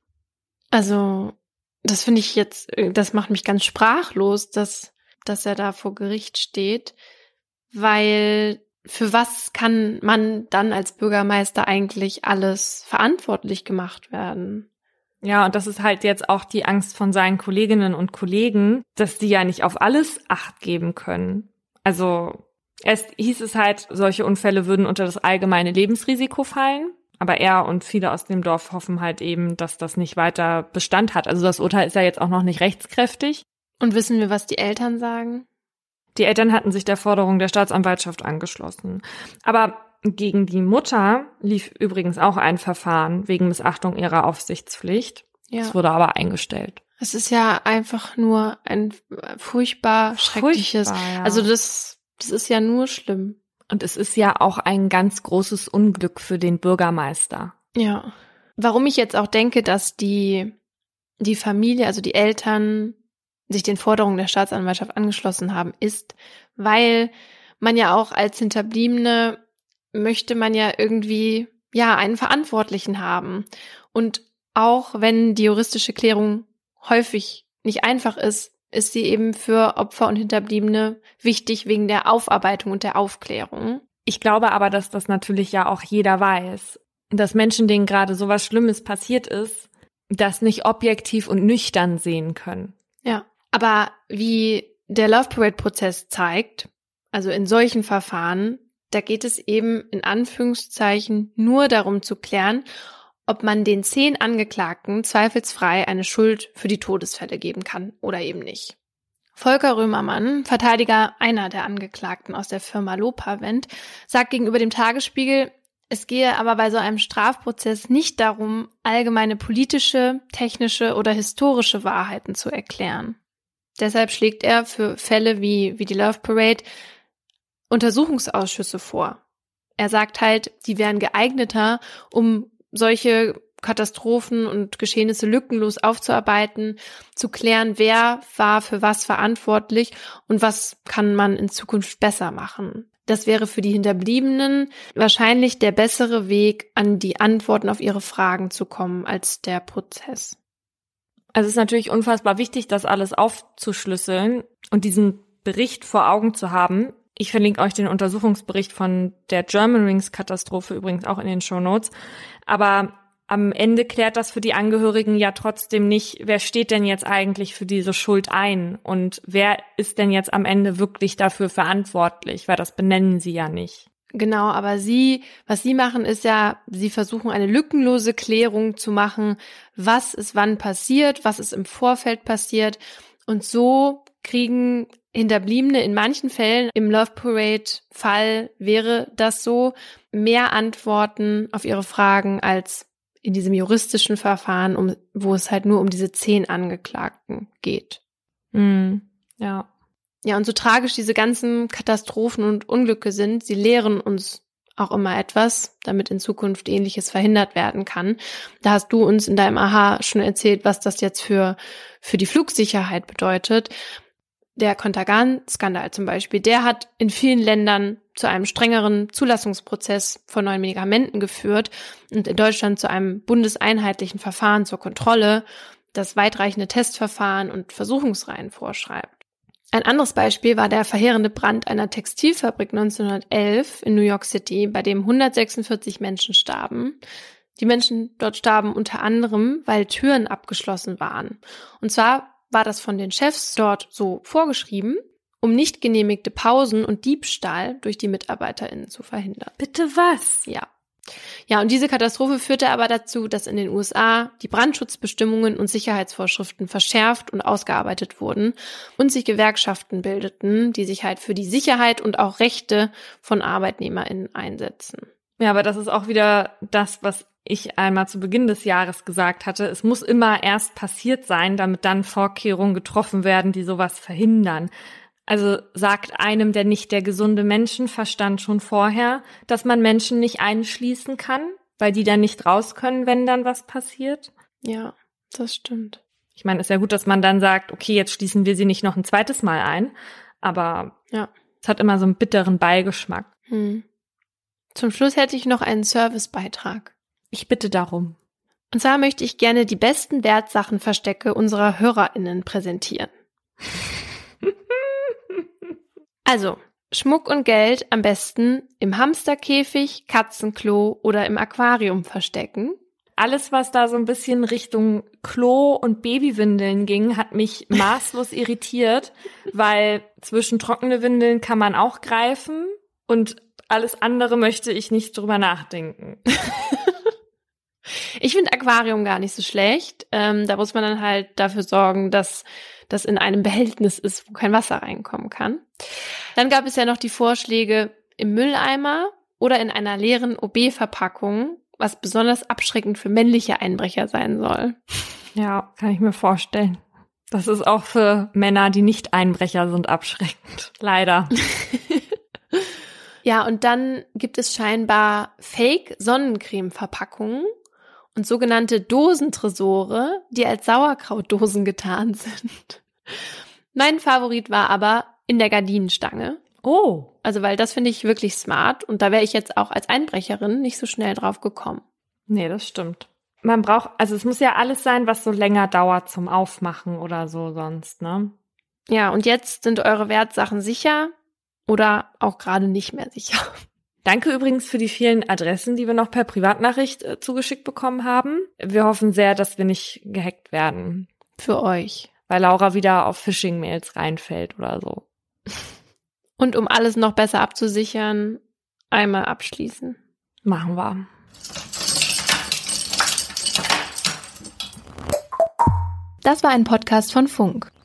Also das finde ich jetzt, das macht mich ganz sprachlos, dass er da vor Gericht steht, weil für was kann man dann als Bürgermeister eigentlich alles verantwortlich gemacht werden? Ja, und das ist halt jetzt auch die Angst von seinen Kolleginnen und Kollegen, dass die ja nicht auf alles Acht geben können. Also erst hieß es halt, solche Unfälle würden unter das allgemeine Lebensrisiko fallen. Aber er und viele aus dem Dorf hoffen halt eben, dass das nicht weiter Bestand hat. Also das Urteil ist ja jetzt auch noch nicht rechtskräftig. Und wissen wir, was die Eltern sagen? Die Eltern hatten sich der Forderung der Staatsanwaltschaft angeschlossen. Aber gegen die Mutter lief übrigens auch ein Verfahren wegen Missachtung ihrer Aufsichtspflicht. Ja. Das wurde aber eingestellt. Es ist ja einfach nur ein furchtbar schreckliches, ja. Also das ist ja nur schlimm. Und es ist ja auch ein ganz großes Unglück für den Bürgermeister. Ja. Warum ich jetzt auch denke, dass die Familie, also die Eltern, sich den Forderungen der Staatsanwaltschaft angeschlossen haben, ist, weil man ja auch als Hinterbliebene möchte man ja irgendwie, ja, einen Verantwortlichen haben. Und auch wenn die juristische Klärung häufig nicht einfach ist sie eben für Opfer und Hinterbliebene wichtig wegen der Aufarbeitung und der Aufklärung. Ich glaube aber, dass das natürlich ja auch jeder weiß, dass Menschen, denen gerade sowas Schlimmes passiert ist, das nicht objektiv und nüchtern sehen können. Ja, aber wie der Love Parade-Prozess zeigt, also in solchen Verfahren, da geht es eben in Anführungszeichen nur darum zu klären, ob man den 10 Angeklagten zweifelsfrei eine Schuld für die Todesfälle geben kann oder eben nicht. Volker Römermann, Verteidiger einer der Angeklagten aus der Firma Lopavent, sagt gegenüber dem Tagesspiegel, es gehe aber bei so einem Strafprozess nicht darum, allgemeine politische, technische oder historische Wahrheiten zu erklären. Deshalb schlägt er für Fälle wie die Love Parade Untersuchungsausschüsse vor. Er sagt halt, die wären geeigneter, um solche Katastrophen und Geschehnisse lückenlos aufzuarbeiten, zu klären, wer war für was verantwortlich und was kann man in Zukunft besser machen. Das wäre für die Hinterbliebenen wahrscheinlich der bessere Weg, an die Antworten auf ihre Fragen zu kommen, als der Prozess. Also es ist natürlich unfassbar wichtig, das alles aufzuschlüsseln und diesen Bericht vor Augen zu haben. Ich verlinke euch den Untersuchungsbericht von der Germanwings-Katastrophe übrigens auch in den Shownotes. Aber am Ende klärt das für die Angehörigen ja trotzdem nicht, wer steht denn jetzt eigentlich für diese Schuld ein und wer ist denn jetzt am Ende wirklich dafür verantwortlich, weil das benennen sie ja nicht. Genau, aber was sie machen, ist ja, sie versuchen eine lückenlose Klärung zu machen, was ist wann passiert, was ist im Vorfeld passiert und so kriegen Hinterbliebene in manchen Fällen, im Love Parade-Fall wäre das so, mehr Antworten auf ihre Fragen als in diesem juristischen Verfahren, wo es halt nur um diese 10 Angeklagten geht. Ja. Ja, und so tragisch diese ganzen Katastrophen und Unglücke sind, sie lehren uns auch immer etwas, damit in Zukunft Ähnliches verhindert werden kann. Da hast du uns in deinem Aha schon erzählt, was das jetzt für die Flugsicherheit bedeutet. Der Contergan-Skandal zum Beispiel, der hat in vielen Ländern zu einem strengeren Zulassungsprozess von neuen Medikamenten geführt und in Deutschland zu einem bundeseinheitlichen Verfahren zur Kontrolle, das weitreichende Testverfahren und Versuchungsreihen vorschreibt. Ein anderes Beispiel war der verheerende Brand einer Textilfabrik 1911 in New York City, bei dem 146 Menschen starben. Die Menschen dort starben unter anderem, weil Türen abgeschlossen waren. Und zwar war das von den Chefs dort so vorgeschrieben, um nicht genehmigte Pausen und Diebstahl durch die MitarbeiterInnen zu verhindern. Bitte was? Ja. Ja, und diese Katastrophe führte aber dazu, dass in den USA die Brandschutzbestimmungen und Sicherheitsvorschriften verschärft und ausgearbeitet wurden und sich Gewerkschaften bildeten, die sich halt für die Sicherheit und auch Rechte von ArbeitnehmerInnen einsetzen. Ja, aber das ist auch wieder das, was ich einmal zu Beginn des Jahres gesagt hatte. Es muss immer erst passiert sein, damit dann Vorkehrungen getroffen werden, die sowas verhindern. Also sagt einem der nicht der gesunde Menschenverstand schon vorher, dass man Menschen nicht einschließen kann, weil die dann nicht raus können, wenn dann was passiert? Ja, das stimmt. Ich meine, ist ja gut, dass man dann sagt, okay, jetzt schließen wir sie nicht noch ein zweites Mal ein, aber ja, es hat immer so einen bitteren Beigeschmack. Zum Schluss hätte ich noch einen Servicebeitrag. Ich bitte darum. Und zwar möchte ich gerne die besten Wertsachenverstecke unserer HörerInnen präsentieren. Also, Schmuck und Geld am besten im Hamsterkäfig, Katzenklo oder im Aquarium verstecken. Alles, was da so ein bisschen Richtung Klo und Babywindeln ging, hat mich maßlos irritiert, weil zwischen trockene Windeln kann man auch greifen und alles andere möchte ich nicht drüber nachdenken. Ich finde Aquarium gar nicht so schlecht. Da muss man dann halt dafür sorgen, dass das in einem Behältnis ist, wo kein Wasser reinkommen kann. Dann gab es ja noch die Vorschläge im Mülleimer oder in einer leeren OB-Verpackung, was besonders abschreckend für männliche Einbrecher sein soll. Ja, kann ich mir vorstellen. Das ist auch für Männer, die nicht Einbrecher sind, abschreckend. Leider. Ja, und dann gibt es scheinbar Fake-Sonnencreme-Verpackungen und sogenannte Dosentresore, die als Sauerkrautdosen getarnt sind. Mein Favorit war aber in der Gardinenstange. Oh. Also, weil das finde ich wirklich smart und da wäre ich jetzt auch als Einbrecherin nicht so schnell drauf gekommen. Nee, das stimmt. Man braucht, also es muss ja alles sein, was so länger dauert zum Aufmachen oder so sonst, ne? Ja, und jetzt sind eure Wertsachen sicher oder auch gerade nicht mehr sicher. Danke übrigens für die vielen Adressen, die wir noch per Privatnachricht zugeschickt bekommen haben. Wir hoffen sehr, dass wir nicht gehackt werden. Für euch. Weil Laura wieder auf Phishing-Mails reinfällt oder so. Und um alles noch besser abzusichern, einmal abschließen. Machen wir. Das war ein Podcast von Funk.